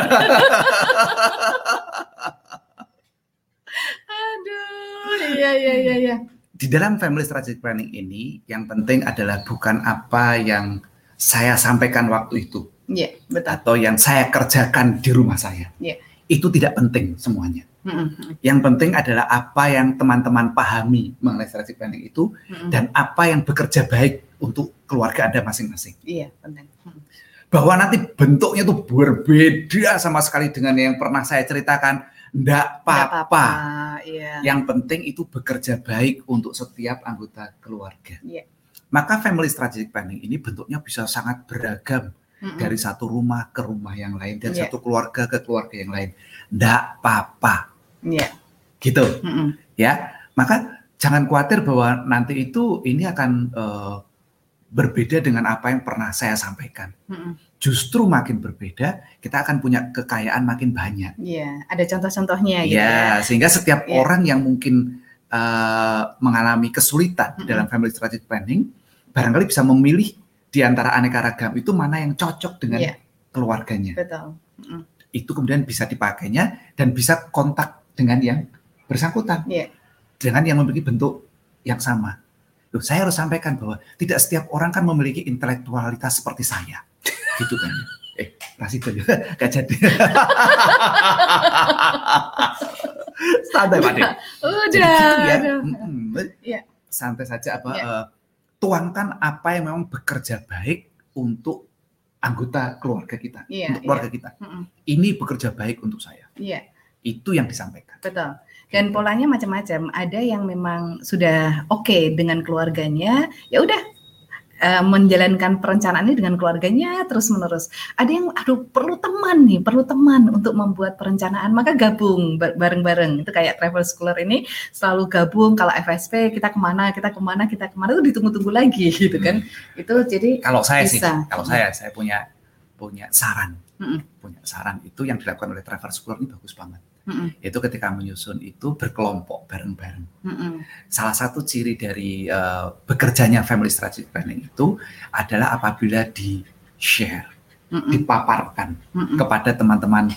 Aduh, iya iya iya iya. Di dalam family strategic planning ini yang penting adalah bukan apa yang saya sampaikan waktu itu. Iya, betul. Atau yang saya kerjakan di rumah saya. Iya. Itu tidak penting semuanya. Mm-hmm. Yang penting adalah apa yang teman-teman pahami mengenai strategic planning itu, mm-hmm. dan apa yang bekerja baik untuk keluarga Anda masing-masing. Iya, penting. Hmm. Bahwa nanti bentuknya itu berbeda sama sekali dengan yang pernah saya ceritakan, enggak apa-apa. Iya. Yang penting itu bekerja baik untuk setiap anggota keluarga. Iya. Maka family strategic planning ini bentuknya bisa sangat beragam. Mm-hmm. Dari satu rumah ke rumah yang lain, dari yeah. satu keluarga ke keluarga yang lain. Enggak apa-apa. Iya. Yeah. Gitu. Mm-hmm. Ya. Maka jangan khawatir bahwa nanti itu ini akan uh, berbeda dengan apa yang pernah saya sampaikan. Mm-hmm. Justru makin berbeda, kita akan punya kekayaan makin banyak. Iya, ada contoh-contohnya gitu ya. Ya. Sehingga setiap yeah. orang yang mungkin uh, mengalami kesulitan mm-hmm. dalam family strategic planning, barangkali bisa memilih di antara aneka ragam itu mana yang cocok dengan yeah. keluarganya. Betul. Mm-hmm. Itu kemudian bisa dipakainya dan bisa kontak dengan yang bersangkutan. Yeah. Dengan yang memiliki bentuk yang sama. Loh, saya harus sampaikan bahwa tidak setiap orang kan memiliki intelektualitas seperti saya. Gitu kan. Eh, Presiden juga gak jadi. Santai Pak Dek. Udah, Jadi gitu ya. udah. Mm-mm. Ya. Santai saja apa Ya. uh, tuangkan apa yang memang bekerja baik untuk anggota keluarga kita, Ya, untuk keluarga ya. kita. Mm-mm. Ini bekerja baik untuk saya. Iya. Itu yang disampaikan. Betul. Dan polanya macam-macam. Ada yang memang sudah oke okay dengan keluarganya, ya udah uh, menjalankan perencanaan ini dengan keluarganya terus menerus. Ada yang aduh perlu teman nih, perlu teman untuk membuat perencanaan, maka gabung bareng-bareng. Itu kayak travel schooler ini selalu gabung. Kalau F S P kita kemana, kita kemana, kita kemana itu ditunggu-tunggu lagi gitu kan. Hmm. Itu jadi kalau saya bisa. sih, kalau hmm. saya saya punya punya saran, hmm. punya saran itu yang dilakukan oleh travel schooler ini bagus banget. Mm-mm. Itu ketika menyusun itu berkelompok bareng-bareng. Mm-mm. Salah satu ciri dari uh, bekerjanya family strategic planning itu adalah apabila di share, Mm-mm. dipaparkan Mm-mm. kepada teman-teman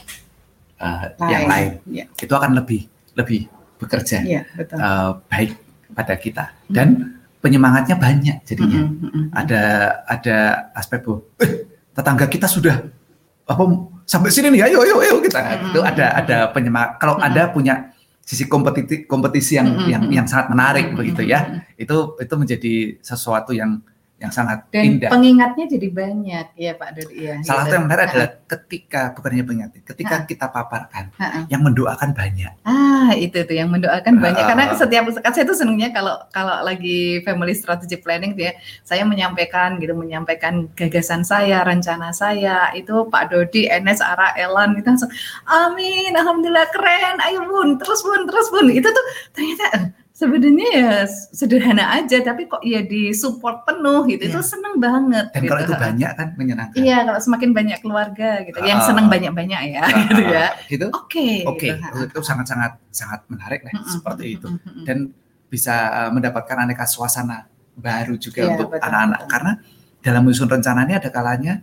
uh, yang lain, yeah. itu akan lebih lebih bekerja yeah, betul. Uh, baik pada kita dan Mm-mm. penyemangatnya banyak jadinya. Mm-mm. Ada ada aspek bahwa eh, tetangga kita sudah apa sampai sini nih, ayo ayo ayo kita mm-hmm. itu ada ada penyemangat. Kalau mm-hmm. Anda punya sisi kompetisi kompetisi yang mm-hmm. yang yang sangat menarik mm-hmm. begitu ya, itu itu menjadi sesuatu yang yang sangat dan indah. Pengingatnya jadi banyak ya Pak Dodi ya. Salah satu gitu. yang menarik adalah ketika bukan hanya pengingat, ketika ha. kita paparkan, ha. yang mendoakan banyak. Ah itu tuh yang mendoakan banyak uh, karena setiap saya tuh senangnya kalau kalau lagi family strategic planning ya, saya menyampaikan gitu menyampaikan gagasan saya, rencana saya itu Pak Dodi, Enes, Ara, Elan gitu langsung amin, alhamdulillah keren, ayo bun, terus bun, terus bun. Itu tuh ternyata sebenarnya ya sederhana aja, tapi kok ya disupport penuh gitu, yeah. Itu seneng banget. Dan gitu. kalau itu banyak kan menyenangkan. Iya, kalau semakin banyak keluarga gitu, uh, yang seneng banyak-banyak ya, uh, gitu ya. Gitu. Oke. Okay, Oke, okay. Gitu. Itu sangat-sangat sangat menarik lah, mm-hmm. seperti itu. Mm-hmm. Dan bisa uh, mendapatkan aneka suasana baru juga yeah, untuk betul, anak-anak. Betul. Karena dalam menyusun rencananya ada kalanya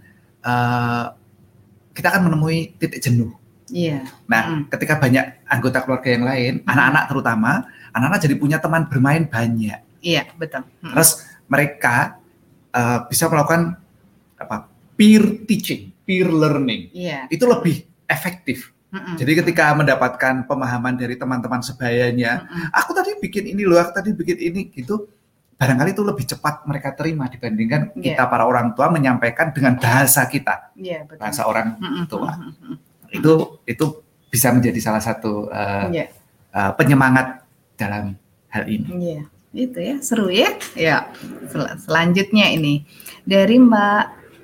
uh, kita akan menemui titik jenuh. Iya. Yeah. Nah, mm-hmm. ketika banyak anggota keluarga yang lain, mm-hmm. anak-anak terutama, anak-anak jadi punya teman bermain banyak. Iya, betul. Hmm. Terus mereka uh, bisa melakukan apa? Peer teaching, peer learning. Iya. Itu lebih efektif. Hmm. Jadi ketika mendapatkan pemahaman dari teman-teman sebayanya, hmm. aku tadi bikin ini loh, aku tadi bikin ini gitu, barangkali itu lebih cepat mereka terima dibandingkan yeah. kita para orang tua menyampaikan dengan bahasa kita. Iya, betul. Bahasa orang hmm. tua. Hmm. Itu itu bisa menjadi salah satu uh, yeah. uh, penyemangat dalam hal ini. Iya, itu ya, seru ya. Ya, sel- selanjutnya ini dari Mbak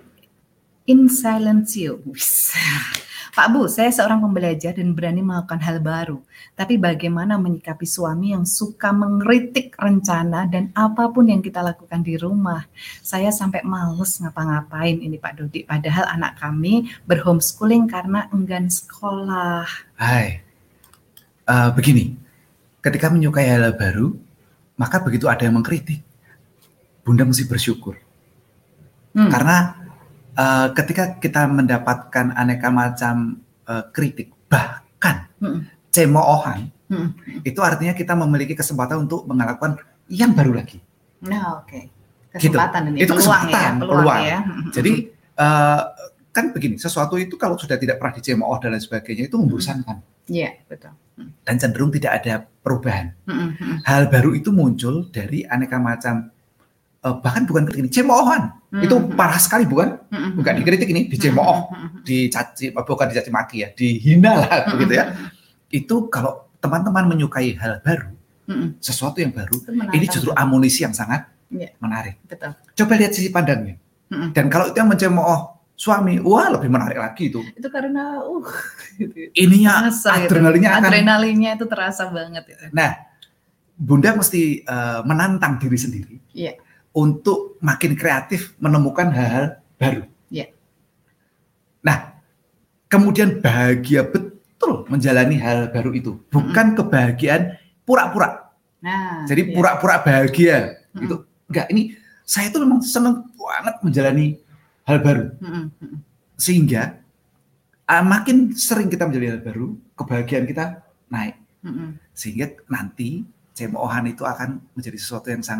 In Silencio. Pak Bu, saya seorang pembelajar dan berani melakukan hal baru. Tapi bagaimana menyikapi suami yang suka mengkritik rencana dan apapun yang kita lakukan di rumah? Saya sampai males ngapa-ngapain ini Pak Dodi. Padahal anak kami berhomeschooling karena enggan sekolah. Hai, uh, begini. Ketika menyukai hal baru, maka begitu ada yang mengkritik, Bunda mesti bersyukur. Hmm. Karena uh, ketika kita mendapatkan aneka macam uh, kritik, bahkan hmm. cemoohan, hmm. itu artinya kita memiliki kesempatan untuk melakukan yang baru lagi. Nah, oke. Okay. Kesempatan gitu. Ini. Itu peluang kesempatan, ya, peluang. peluang. Ya. Jadi uh, kan begini, sesuatu itu kalau sudah tidak pernah dicemooh dan lain sebagainya itu membosankan. Iya, hmm. betul. Dan cenderung tidak ada perubahan. Mm-hmm. Hal baru itu muncul dari aneka macam, uh, bahkan bukan kritik ini, cemoohan. Mm-hmm. Itu parah sekali bukan? Mm-hmm. Bukan dikritik ini, dicemooh, mm-hmm. dicaci, bukan dicaci maki ya, dihina lah, mm-hmm. begitu ya. Itu kalau teman-teman menyukai hal baru, mm-hmm. sesuatu yang baru, ini justru amunisi yang sangat yeah. menarik. Betul. Coba lihat sisi pandangnya. Mm-hmm. Dan kalau itu yang mencemooh suami, wah lebih menarik lagi itu. Itu karena uh gitu. Ininya terasa, adrenalinnya gitu. akan adrenalinnya itu terasa banget itu. Nah, Bunda mesti uh, menantang diri sendiri. Iya. Untuk makin kreatif menemukan hal-hal baru. Iya. Nah, kemudian bahagia betul menjalani hal baru itu, bukan mm-hmm. kebahagiaan pura-pura. Nah, jadi iya. pura-pura bahagia mm-hmm. gitu. Enggak, ini saya tuh memang senang banget menjalani hal baru, mm-hmm. sehingga uh, makin sering kita menjalani hal baru, kebahagiaan kita naik, mm-hmm. sehingga nanti cemoohan itu akan menjadi sesuatu yang sangat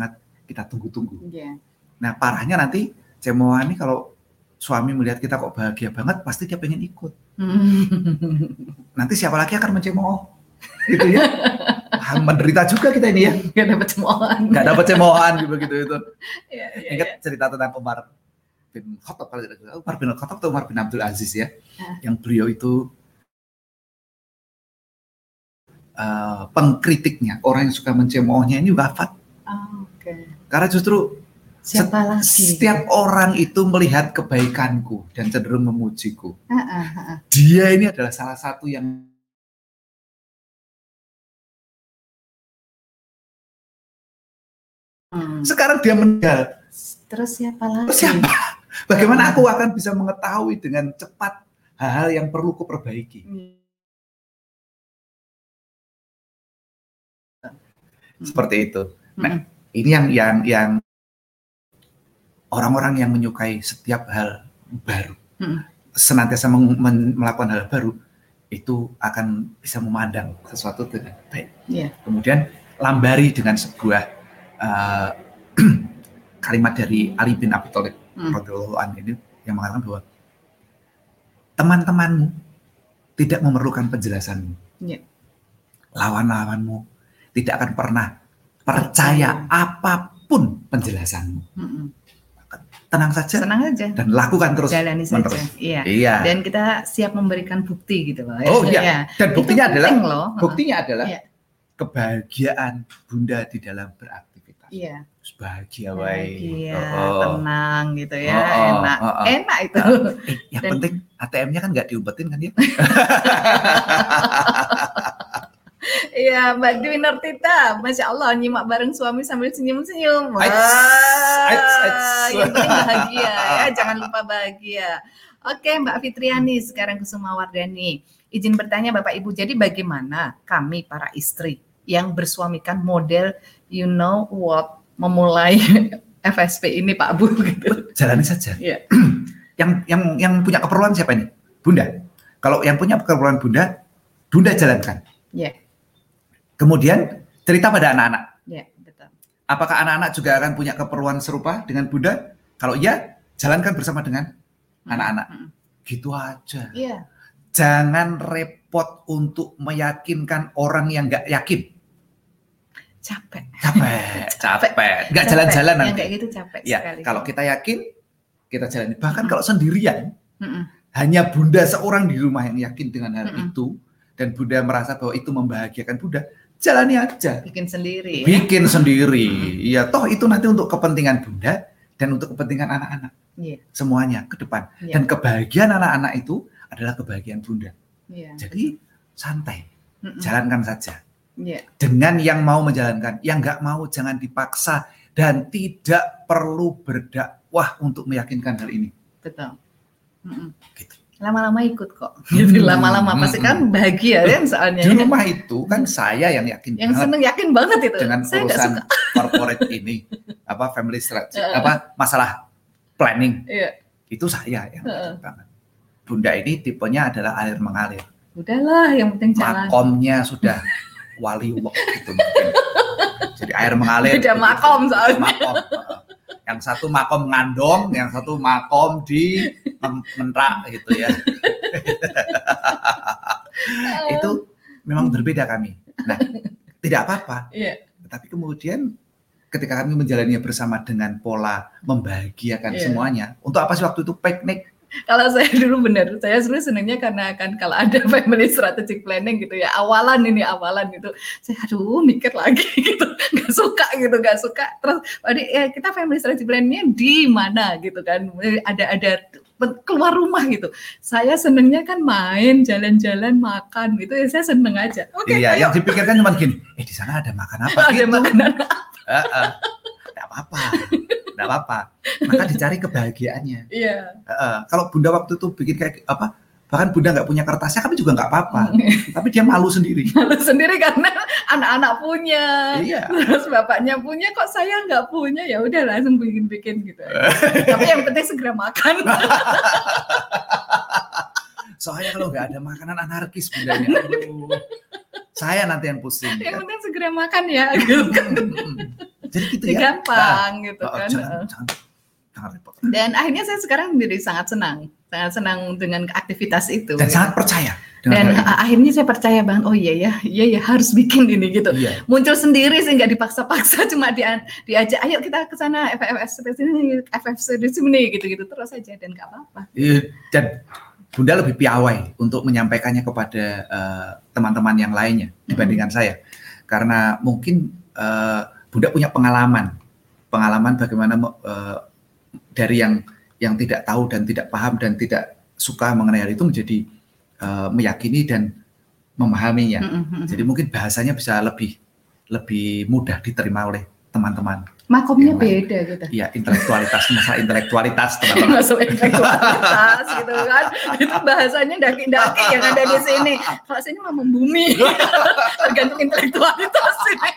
kita tunggu-tunggu. Yeah. Nah parahnya nanti cemoohan ini kalau suami melihat kita kok bahagia banget, pasti dia pengen ikut. Nanti siapa lagi akan mencemooh, gitu ya? Menderita juga kita ini ya. Gak dapat cemoohan. Gak dapat cemoohan begitu itu. Yeah, yeah, Ingat yeah. cerita tentang Umar bin Khattab, Umar bin Khattab atau Umar bin Abdul Aziz ya, uh. yang beliau itu uh, pengkritiknya, orang yang suka mencemoohnya ini wafat. Oh, okay. Karena justru siapa lagi? Setiap orang itu melihat kebaikanku dan cenderung memujiku. Uh, uh, uh. Dia ini adalah salah satu yang hmm. sekarang dia meninggal. Terus siapa lagi? Terus siapa? Bagaimana aku akan bisa mengetahui dengan cepat hal-hal yang perlu kuperbaiki? Hmm. Seperti itu. Nah, hmm. ini yang yang yang orang-orang yang menyukai setiap hal baru, hmm. senantiasa meng- men- melakukan hal baru, itu akan bisa memandang sesuatu dengan baik. Yeah. Kemudian lambari dengan sebuah uh, kalimat dari Ali bin Abi Thalib hmm. radhiyallahu anhu ini yang mengatakan bahwa teman-temanmu tidak memerlukan penjelasanmu, yeah. lawan-lawanmu tidak akan pernah percaya apapun penjelasanmu. Hmm. Tenang saja, senang saja, dan lakukan terus, jalani menerus. saja. Iya. Iya. Dan kita siap memberikan bukti gitu loh. Oh iya. Ya. Dan buktinya adalah, loh. buktinya adalah iya. kebahagiaan Bunda di dalam beraktivitas. Iya. Bahagia, bahagia, oh. tenang gitu ya, oh, oh, enak, oh, oh. enak itu. Nah, eh, yang dan, penting A T M-nya kan nggak diumpetin kan ya? Iya, Mbak Dwi Nurtita, Masya Allah, nyimak bareng suami sambil senyum-senyum. Wah, yang penting bahagia ya, jangan lupa bahagia. Oke, Mbak Fitriani, sekarang Kusuma Wardani. Izin bertanya Bapak Ibu, jadi bagaimana kami para istri yang bersuamikan model you know what, memulai F S P ini Pak Bu gitu. Jalani saja. Yeah. yang yang yang punya keperluan siapa ini? Bunda. Kalau yang punya keperluan Bunda, Bunda jalankan. Iya. Yeah. Kemudian cerita pada anak-anak. Ya, betul. Apakah anak-anak juga akan punya keperluan serupa dengan Bunda? Kalau iya, jalankan bersama dengan hmm. anak-anak. Hmm. Gitu aja. Iya. Jangan repot untuk meyakinkan orang yang nggak yakin. Capek. Capek, capek. Nggak jalan-jalan nanti. Yang kayak gitu capek ya, sekali. Kalau kita yakin, kita jalani. Bahkan hmm. kalau sendirian, hmm. hanya Bunda seorang di rumah yang yakin dengan hal hmm. itu, dan Bunda merasa bahwa itu membahagiakan Bunda, jalani aja. Bikin sendiri. Bikin ya? sendiri. Iya, toh itu nanti untuk kepentingan Bunda dan untuk kepentingan anak-anak. Yeah. Semuanya ke depan. Yeah. Dan kebahagiaan anak-anak itu adalah kebahagiaan Bunda. Yeah. Jadi santai. Mm-mm. Jalankan saja. Yeah. Dengan yang mau menjalankan, yang nggak mau jangan dipaksa dan tidak perlu berdakwah untuk meyakinkan hal ini. Betul. Mm-mm. Gitu. Lama-lama ikut kok. Jadi lama-lama pasti kan bahagia kan soalnya. Di rumah itu kan saya yang yakin yang seneng yakin banget itu. Dengan saya urusan corporate ini, apa family strategy, uh, apa masalah planning. Iya. Itu saya yang uh, banget. Bunda ini tipenya adalah air mengalir. Udahlah, yang penting jalan. Makomnya sudah waliullah gitu mungkin. Jadi air mengalir. Beda makom soalnya. Makom. Yang satu makom ngandong, yang satu makom di menrak gitu ya. Itu memang berbeda kami. Nah, tidak apa-apa. Yeah. Tapi kemudian ketika kami menjalaninya bersama dengan pola membahagiakan yeah. semuanya, untuk apa sih waktu itu piknik? Kalau saya dulu benar, saya sebenarnya senangnya karena kan kalau ada family strategic planning gitu ya, awalan ini awalan gitu, saya aduh mikir lagi gitu, nggak suka gitu, nggak suka. Terus, ya, kita family strategic planningnya di mana gitu kan, ada ada keluar rumah gitu. Saya senangnya kan main, jalan-jalan, makan gitu, ya saya seneng aja. Okay, iya, ayo. Yang dipikirkan cuma gini, eh di sana ada makan apa? Ada gitu. makanan apa? Uh, uh, nggak apa-apa. Nggak apa-apa, maka dicari kebahagiaannya. Iya. Uh, kalau Bunda waktu itu bikin kayak apa, bahkan Bunda nggak punya kertasnya, kami juga nggak apa-apa. Tapi dia malu sendiri. Malu sendiri karena anak-anak punya, iya. Terus bapaknya punya, kok saya nggak punya, ya udah langsung bikin-bikin gitu. Tapi yang penting segera makan. Soalnya kalau nggak ada makanan anarkis Bundanya. Aduh, saya nanti yang pusing. Yang kan? penting segera makan ya. Gitu. Jadi gitu ya. Gampang nah, gitu oh, kan. Jangan, jangan, jangan repot. Dan akhirnya saya sekarang menjadi sangat senang, sangat senang dengan aktivitas itu. Dan gitu. sangat percaya. Dan akhirnya saya percaya banget, oh iya ya, iya ya harus bikin ini gitu. Iya. Muncul sendiri sih, nggak dipaksa-paksa, cuma di, diajak, ayo kita ke sana F F S di sini, F F S di sini, gitu-gitu terus aja dan nggak apa-apa. Iya, dan Bunda lebih piawai untuk menyampaikannya kepada uh, teman-teman yang lainnya dibandingkan mm-hmm. saya, karena mungkin uh, Bunda punya pengalaman, pengalaman bagaimana uh, dari yang yang tidak tahu dan tidak paham dan tidak suka mengenai hal itu menjadi Uh, meyakini dan memahaminya. Mm-hmm. Jadi mungkin bahasanya bisa lebih lebih mudah diterima oleh teman-teman. Makomnya beda gitu. Iya, intelektualitas, masalah intelektualitas teman-teman. Masalah intelektualitas gitu kan. Itu bahasanya daki-daki yang ada di sini. Kalau sini mah membumi. Tergantung intelektualitas ini.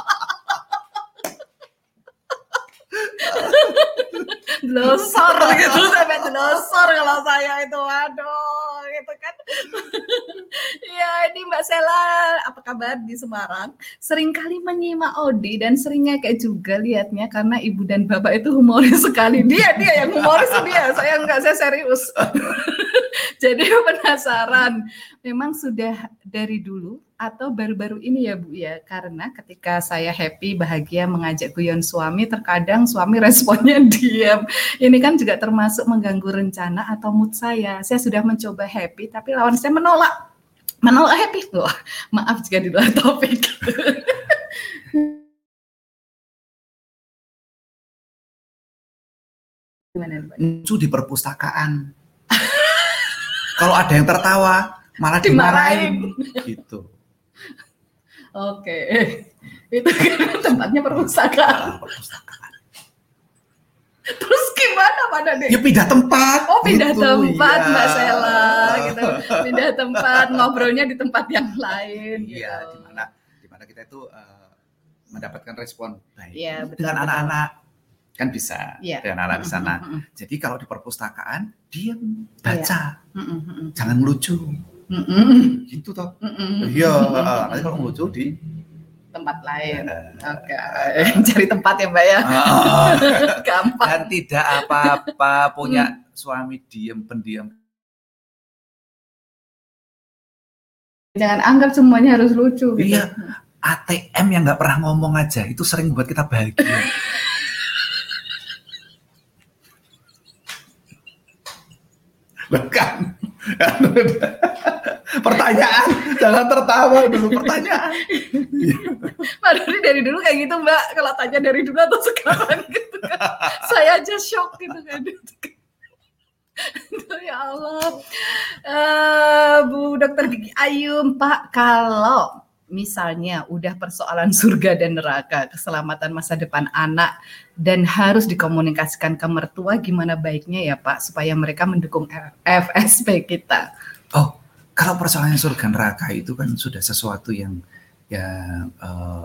Delosor gitu, sampai delosor kalau saya itu, waduh gitu kan. Ya ini Mbak Sela, apa kabar di Semarang? Seringkali menyimak Odi dan seringnya kayak juga lihatnya karena ibu dan bapak itu humoris sekali. Dia dia yang humoris dia, saya enggak, saya serius. Jadi penasaran, memang sudah dari dulu atau baru-baru ini ya Bu ya, karena ketika saya happy, bahagia mengajak guyon suami, terkadang suami responnya diam. Ini kan juga termasuk mengganggu rencana atau mood saya. Saya sudah mencoba happy, tapi lawan saya menolak. Menolak happy. Wah, maaf jika di luar topik. Gimana Pak? Lucu di perpustakaan. Kalau ada yang tertawa, malah dimarahin. Gitu. Oke, itu kan tempatnya perpustakaan. perpustakaan. Terus gimana Pak Dade? Ya pindah tempat. Oh pindah gitu, tempat ya. Mbak Sela, gitu. Pindah tempat, ngobrolnya di tempat yang lain. Iya, gitu. di mana di mana kita itu uh, mendapatkan respon baik. Ya, betul, dengan betul. anak-anak kan bisa, ya. dengan anak di sana. Mm-hmm. Jadi kalau di perpustakaan diam, baca, ya. Mm-hmm. jangan melucu. Mm-mm. Gitu toh. Iya, uh, nanti kalau melucu di tempat lain. Uh, Oke, okay. Cari tempat ya Mbak ya. Uh, Gampang. Dan tidak apa-apa punya hmm. suami diem pendiam. Jangan anggap semuanya harus lucu. Gitu. Iya, A T M yang nggak pernah ngomong aja itu sering buat kita bahagia. Bahkan pertanyaan, jangan tertawa dulu pertanyaan. Mbak Dori dari dulu kayak gitu Mbak, kalau tanya dari dulu atau sekarang gitu kan. Saya aja shock gitu kan. Ya Allah. Uh, Bu Dokter Gigi Ayum, Pak, kalau misalnya udah persoalan surga dan neraka, keselamatan masa depan anak, dan harus dikomunikasikan ke mertua, gimana baiknya ya Pak, supaya mereka mendukung F S P kita? Oh, kalau persoalan surga neraka itu kan sudah sesuatu yang yang uh,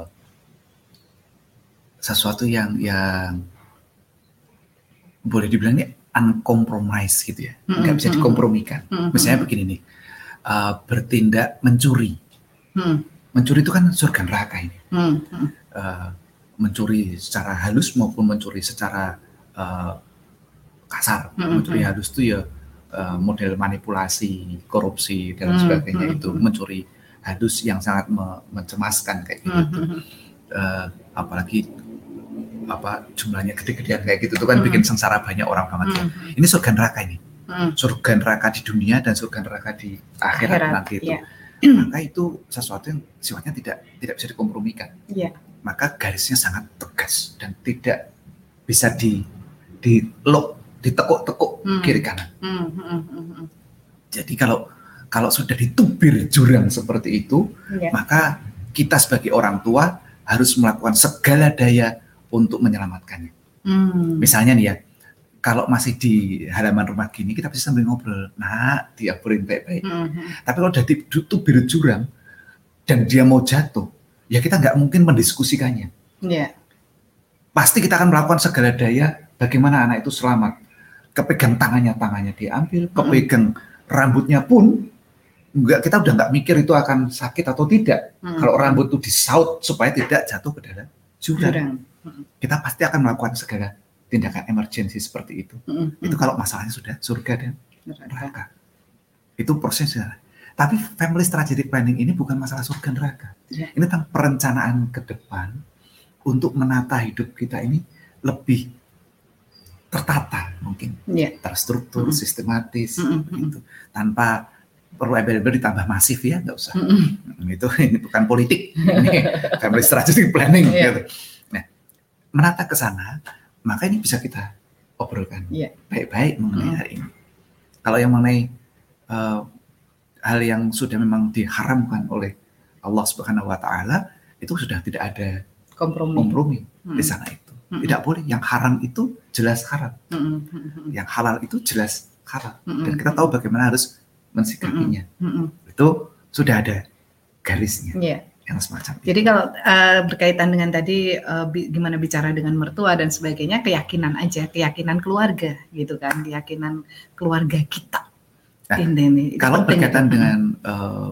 sesuatu yang yang boleh dibilangnya uncompromised gitu ya, mm-hmm. nggak bisa dikompromikan. Mm-hmm. Misalnya begini nih, uh, bertindak mencuri. Mm. Mencuri itu kan surga neraka ini. Hmm. Uh, mencuri secara halus maupun mencuri secara uh, kasar. Hmm. Mencuri halus itu ya uh, model manipulasi, korupsi dan sebagainya. Hmm. Itu mencuri halus yang sangat me- mencemaskan kayak gitu. Hmm. Uh, apalagi apa jumlahnya gede-gedean kayak gitu itu kan hmm. bikin sengsara banyak orang banget ya. Hmm. Ini surga neraka ini. Hmm. Surga neraka di dunia dan surga neraka di akhirat, akhirat nanti itu. Yeah. Maka itu sesuatu yang sifatnya tidak tidak bisa dikompromikan. Yeah. Maka garisnya sangat tegas dan tidak bisa di di lock, ditekuk-tekuk hmm. kiri kanan. Hmm. Hmm. Hmm. Jadi kalau kalau sudah ditubir jurang seperti itu, yeah. maka kita sebagai orang tua harus melakukan segala daya untuk menyelamatkannya. Hmm. Misalnya nih ya, kalau masih di halaman rumah gini, kita bisa sambil ngobrol. Nah, diaburin baik-baik. Mm-hmm. Tapi kalau udah ditubir jurang, dan dia mau jatuh, ya kita nggak mungkin mendiskusikannya. Yeah. Pasti kita akan melakukan segala daya, bagaimana anak itu selamat. Kepegang tangannya, tangannya diambil. Mm-hmm. Kepegang rambutnya pun, enggak, kita udah nggak mikir itu akan sakit atau tidak. Mm-hmm. Kalau rambut itu disaut, supaya tidak jatuh ke dalam jurang. kita pasti akan melakukan segala tindakan emergensi seperti itu. Mm-hmm. Itu kalau masalahnya sudah surga dan neraka. Itu prosesnya. Tapi family strategic planning ini bukan masalah surga neraka. Yeah. Ini tentang perencanaan ke depan untuk menata hidup kita ini lebih tertata mungkin, yeah. terstruktur, mm-hmm. sistematis, mm-hmm. gitu. Tanpa perlu available ditambah masif ya, nggak usah. Mm-hmm. Itu ini bukan politik, ini family strategic planning. Yeah. Gitu. Nah, menata ke sana, maka ini bisa kita obrolkan yeah. baik-baik mengenai mm-hmm. hari ini. Kalau yang mengenai uh, hal yang sudah memang diharamkan oleh Allah Subhanahu Wa Taala, itu sudah tidak ada kompromi, kompromi mm-hmm. di sana itu. Mm-hmm. Tidak boleh. Yang haram itu jelas haram. Mm-hmm. Yang halal itu jelas halal. Mm-hmm. Dan kita tahu bagaimana harus mensikapinya. Mm-hmm. Itu sudah ada garisnya. Yeah. Yang semacam itu. Jadi kalau uh, berkaitan dengan tadi uh, bi- gimana bicara dengan mertua dan sebagainya, keyakinan aja, keyakinan keluarga gitu kan, keyakinan keluarga kita. Nah, ini, kalau berkaitan itu. dengan uh,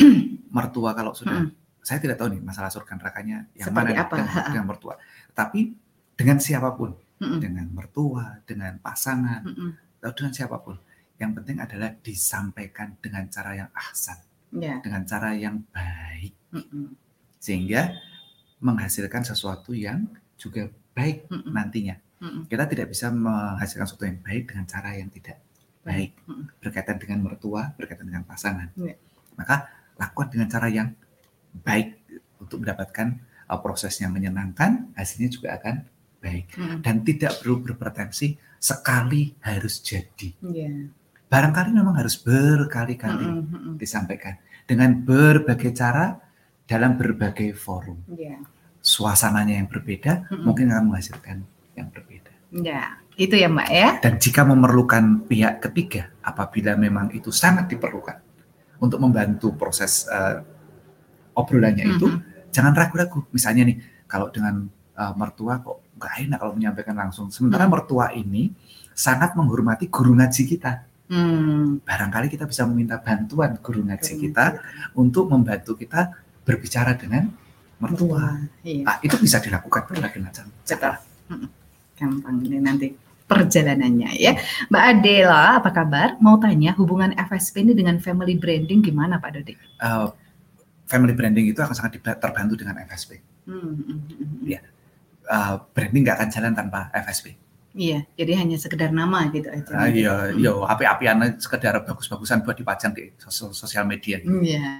mertua, kalau sudah, mm. saya tidak tahu nih masalah surga nerakanya yang seperti mana apa? Dengan, dengan mertua. Tapi dengan siapapun, mm-mm. dengan mertua, dengan pasangan, mm-mm. atau dengan siapapun, yang penting adalah disampaikan dengan cara yang ahsan, yeah. dengan cara yang baik, mm-mm. sehingga menghasilkan sesuatu yang juga baik mm-mm. nantinya. Mm-mm. Kita tidak bisa menghasilkan sesuatu yang baik dengan cara yang tidak baik, mm-mm. berkaitan dengan mertua, berkaitan dengan pasangan. Yeah. Maka lakukan dengan cara yang baik untuk mendapatkan uh, proses yang menyenangkan, hasilnya juga akan baik. Mm-mm. Dan tidak perlu berpretensi sekali harus jadi. Yeah. Barangkali memang harus berkali-kali mm-mm. disampaikan dengan berbagai cara dalam berbagai forum. Yeah. Suasananya yang berbeda, mm-mm. mungkin akan menghasilkan yang berbeda. Ya, itu ya Mbak ya. Dan jika memerlukan pihak ketiga, apabila memang itu sangat diperlukan untuk membantu proses uh, obrolannya mm-hmm. itu, jangan ragu-ragu. Misalnya nih, kalau dengan uh, mertua kok nggak enak kalau menyampaikan langsung. Sementara mm-hmm. mertua ini sangat menghormati guru ngaji kita. Mm. Barangkali kita bisa meminta bantuan guru ngaji mm-hmm. kita untuk membantu kita berbicara dengan mertua. Iya. Nah, itu bisa dilakukan berbagai macam cara. Mm-hmm. Gampang ini nanti perjalanannya ya. Mbak Adela, apa kabar? Mau tanya hubungan F S P ini dengan family branding gimana Pak Dodi? Uh, family branding itu akan sangat terbantu dengan F S P. Hmm, hmm, hmm. Ya, uh, branding nggak akan jalan tanpa F S P. Iya, jadi hanya sekedar nama gitu aja. Uh, iya, hmm. iya, api-apian sekedar bagus-bagusan buat dipajang di sos- sosial media. Gitu. Iya.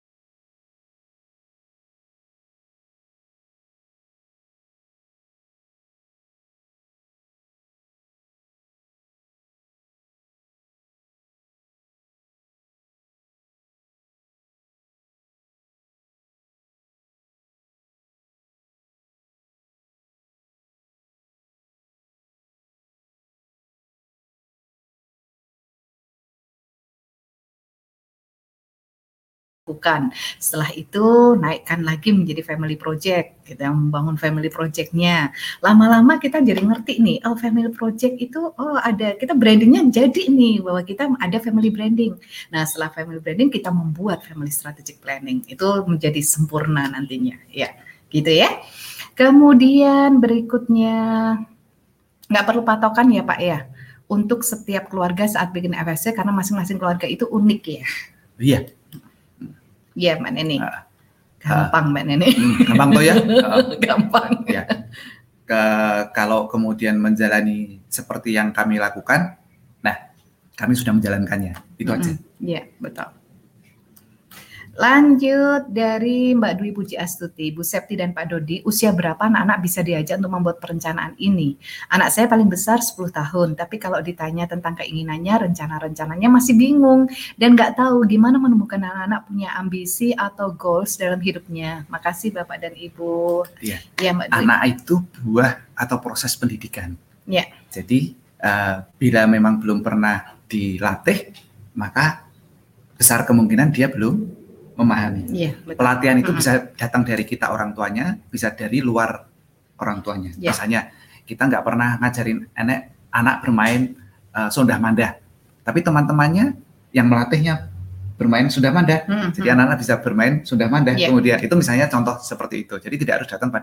Bukan. Setelah itu naikkan lagi menjadi family project, kita membangun family project-nya. Lama-lama kita jadi ngerti nih, oh family project itu oh ada kita brandingnya jadi nih bahwa kita ada family branding. Nah setelah family branding kita membuat family strategic planning itu menjadi sempurna nantinya, ya gitu ya. Kemudian berikutnya nggak perlu patokan ya Pak ya untuk setiap keluarga saat bikin F S C karena masing-masing keluarga itu unik ya. Iya. Iya Mbak Neni, uh, gampang uh, Mbak Neni. Hmm, gampang tuh ya? Uh, gampang. Ya. Ke, kalau kemudian menjalani seperti yang kami lakukan, nah kami sudah menjalankannya, itu mm-hmm. aja. Iya betul. Lanjut dari Mbak Dwi Puji Astuti, Bu Septi dan Pak Dodi, usia berapa anak-anak bisa diajak untuk membuat perencanaan ini? Anak saya paling besar sepuluh tahun, tapi kalau ditanya tentang keinginannya, rencana-rencananya masih bingung dan nggak tahu gimana menemukan anak-anak punya ambisi atau goals dalam hidupnya. Makasih Bapak dan Ibu. Iya. Ya, Mbak Dwi. Anak itu buah atau proses pendidikan. Ya. Jadi uh, bila memang belum pernah dilatih, maka besar kemungkinan dia belum memahami. Iya, pelatihan itu mm-hmm. bisa datang dari kita orang tuanya, bisa dari luar orang tuanya. Yeah. Misalnya kita nggak pernah ngajarin anak anak bermain uh, sondah mandah, tapi teman-temannya yang melatihnya bermain sondah mandah, mm-hmm. jadi anak-anak bisa bermain sondah mandah. Yeah. Kemudian itu misalnya contoh seperti itu. Jadi tidak harus datang pada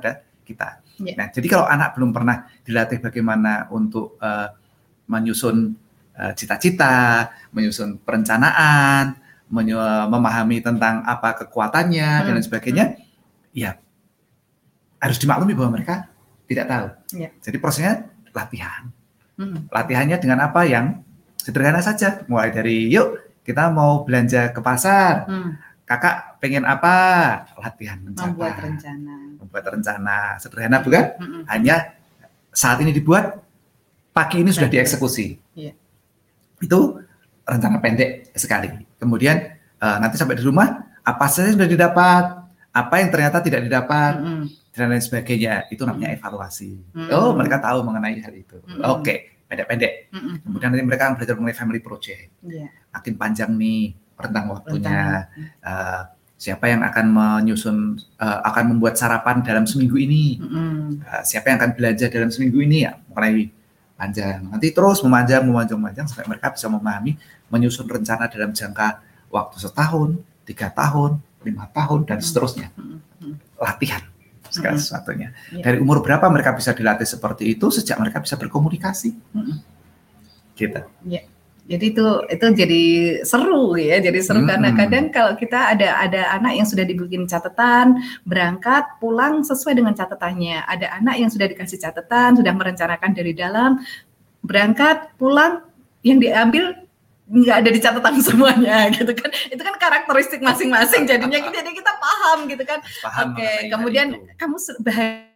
kita. Yeah. Nah, jadi kalau anak belum pernah dilatih bagaimana untuk uh, menyusun uh, cita-cita, menyusun perencanaan, menyu- memahami tentang apa kekuatannya hmm. dan lain sebagainya, hmm. ya harus dimaklumi bahwa mereka tidak tahu. Yeah. Jadi prosesnya latihan. Hmm. Latihannya dengan apa yang sederhana saja, mulai dari yuk kita mau belanja ke pasar. Hmm. Kakak pengen apa? Latihan mencatat. Membuat rencana. Membuat rencana. Sederhana bukan? Mm-hmm. Hanya saat ini dibuat, pagi ini sudah dieksekusi. Yeah. Itu rencana pendek sekali. Kemudian uh, nanti sampai di rumah, apa saja sudah didapat, apa yang ternyata tidak didapat, mm-hmm. dan lain sebagainya. Itu namanya mm-hmm. evaluasi. Mm-hmm. Oh, mereka tahu mengenai hal itu. Mm-hmm. Oke, okay. pendek-pendek. Mm-hmm. Kemudian nanti mereka akan belajar mengenai family project. Yeah. Makin panjang nih rentang waktunya, uh, siapa yang akan menyusun, uh, akan membuat sarapan dalam seminggu ini, mm-hmm. uh, siapa yang akan belanja dalam seminggu ini, ya mulai panjang. Nanti terus memanjang, memanjang, memanjang sampai mereka bisa memahami menyusun rencana dalam jangka waktu setahun, tiga tahun, lima tahun dan seterusnya. Mm-hmm. Latihan segala mm-hmm. sesuatunya. Yeah. Dari umur berapa mereka bisa dilatih seperti itu? Sejak mereka bisa berkomunikasi, mm-hmm. gitu. Yeah. Jadi itu itu jadi seru ya, jadi seru hmm. karena kadang kalau kita ada ada anak yang sudah dibikin catatan, berangkat pulang sesuai dengan catatannya. Ada anak yang sudah dikasih catatan, sudah merencanakan dari dalam, berangkat pulang yang diambil nggak ada di catatan semuanya gitu kan. Itu kan karakteristik masing-masing jadinya jadi kita paham gitu kan. Oke, okay. Kemudian kamu bahaya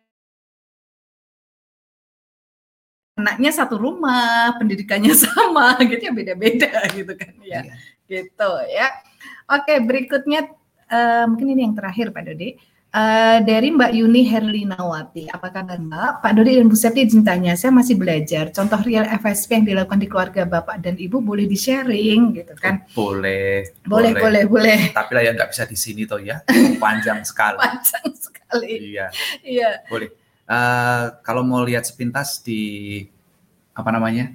anaknya satu rumah, pendidikannya sama, gitu ya beda-beda gitu kan ya, iya. gitu ya. Oke, berikutnya uh, mungkin ini yang terakhir Pak Dodi, uh, dari Mbak Yuni Herlinawati. Apa kabar Mbak? Pak Dodi dan Bu Septi izin tanya, saya masih belajar. Contoh real F S P yang dilakukan di keluarga Bapak dan Ibu boleh di-sharing gitu kan? Boleh, boleh, boleh, boleh. Tapi lah ya nggak bisa di sini toh ya, panjang sekali. Panjang sekali. Iya, iya. Boleh. Uh, kalau mau lihat sepintas di apa namanya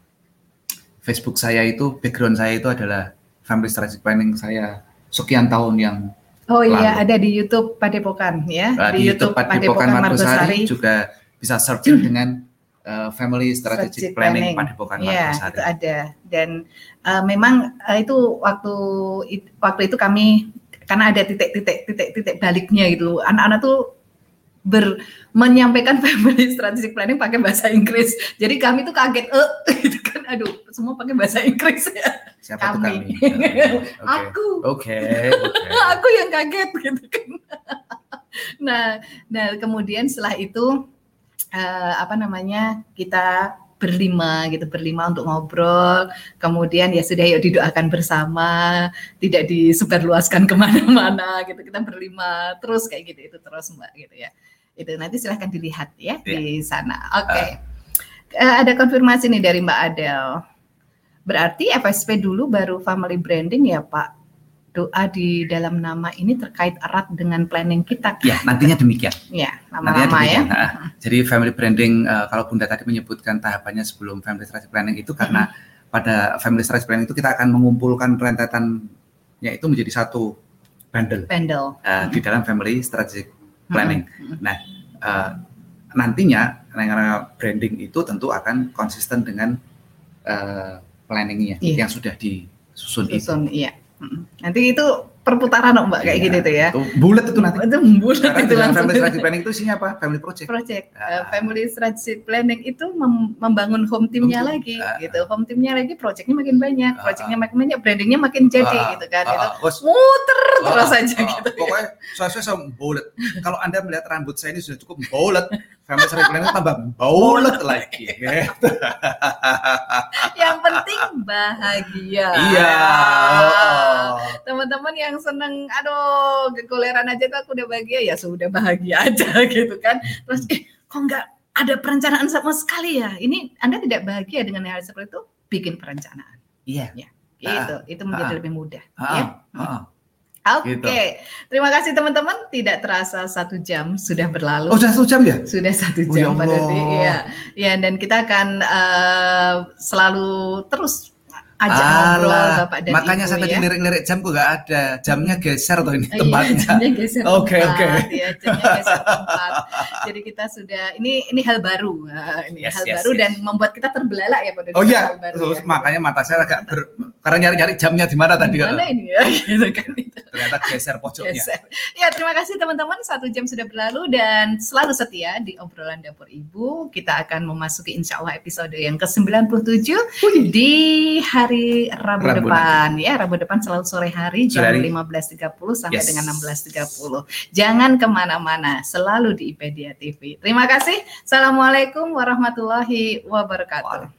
Facebook saya itu, background saya itu adalah family strategic planning saya sekian tahun yang oh lalu. Iya ada di YouTube Padepokan ya, uh, di, di YouTube Padepokan Margosari juga bisa searching dengan uh, family strategic, strategic planning, planning Padepokan ya, Margosari. Itu ada dan uh, memang uh, itu waktu waktu itu kami karena ada titik-titik titik-titik baliknya gitu, anak-anak tuh ber menyampaikan family strategic planning pakai bahasa Inggris. Jadi kami tuh kaget, eh gitu kan, aduh, semua pakai bahasa Inggris ya. Siapa kami. tuh kami? okay. Aku. Oke. Okay, okay. Aku yang kaget gitu kan. nah, nah kemudian setelah itu uh, apa namanya kita berlima gitu berlima untuk ngobrol, kemudian ya sudah yuk didoakan bersama, tidak disebarluaskan kemana-mana gitu, kita berlima terus kayak gitu itu terus Mbak gitu ya. Itu nanti silahkan dilihat ya, ya. Di sana. Oke, okay. uh. uh, ada konfirmasi nih dari Mbak Adel. Berarti F S P dulu baru family branding ya Pak? Doa di dalam nama ini terkait erat dengan planning kita. Ya, nantinya demikian. Ya, lama-lama ya. Nah, jadi family branding, uh, kalau Bunda tadi menyebutkan tahapannya sebelum family strategic planning itu karena mm-hmm. pada family strategic planning itu kita akan mengumpulkan rentetannya itu menjadi satu bundle. Bundle. Uh, mm-hmm. Di dalam family strategic planning. Mm-hmm. Nah, uh, nantinya karena branding itu tentu akan konsisten dengan uh, planningnya yeah. yang sudah disusun Susun, itu. Iya. Nanti itu perputaran dong Mbak kayak iya, gitu tuh ya. Itu bulat itu nanti. Itu bulat itu langsung. Family strategic planning itu isinya apa? Family project. Project. Ah. Uh, family strategic planning itu mem- membangun home teamnya home lagi ah. gitu. Home teamnya lagi projectnya makin banyak, ah. projectnya makin banyak, brandingnya makin jadi ah. gitu kan. Ah. Gitu. Ah. Muter ah. terus ah. aja ah. gitu. Pokoknya saya saya bulat. Kalau Anda melihat rambut saya ini sudah cukup bulat. Family strategic planning tambah bulat lagi. Yang penting bahagia. Iya. Oh. Teman-teman yang seneng, aduh, kegoleran aja tuh aku udah bahagia, ya sudah bahagia aja gitu kan. Terus, eh, kok nggak ada perencanaan sama sekali ya? Ini Anda tidak bahagia dengan hal seperti itu, bikin perencanaan. Iya. Ya, gitu. Uh, itu menjadi uh, lebih mudah. Uh, ya. Uh, uh. Oke, okay. Gitu. Terima kasih teman-teman. Tidak terasa satu jam sudah berlalu. Oh, sudah satu jam ya? Sudah satu jam, oh, Pak Dodi. Iya, ya, dan kita akan uh, selalu terus ajak ngobrol Bapak dan makanya Ibu, saya tadi ya. lirik-lirik jamku nggak ada, jamnya geser tuh ini Oh, tempatnya. iya, jamnya geser Oke tempat, oke. ya, jamnya geser tempat. Jadi kita sudah ini ini hal baru, nah, ini Yes, hal yes, baru yes. dan membuat kita terbelalak ya pada Oh iya, hal baru, terus ya. makanya mata saya agak ber, karena nyari-nyari jamnya di mana tadi. Mana ini ya, gitu kan itu. Ternyata geser pojoknya. Geser. Ya, terima kasih teman-teman. Satu jam sudah berlalu dan selalu setia di obrolan dapur ibu. Kita akan memasuki insya Allah episode yang ke sembilan puluh tujuh di hari Rabu, Rabu depan. Ya, Rabu depan selalu sore hari jam Sore hari. lima belas tiga puluh sampai Yes. dengan enam belas tiga puluh. Jangan kemana-mana, selalu di Ipedia T V. Terima kasih. Assalamualaikum warahmatullahi wabarakatuh.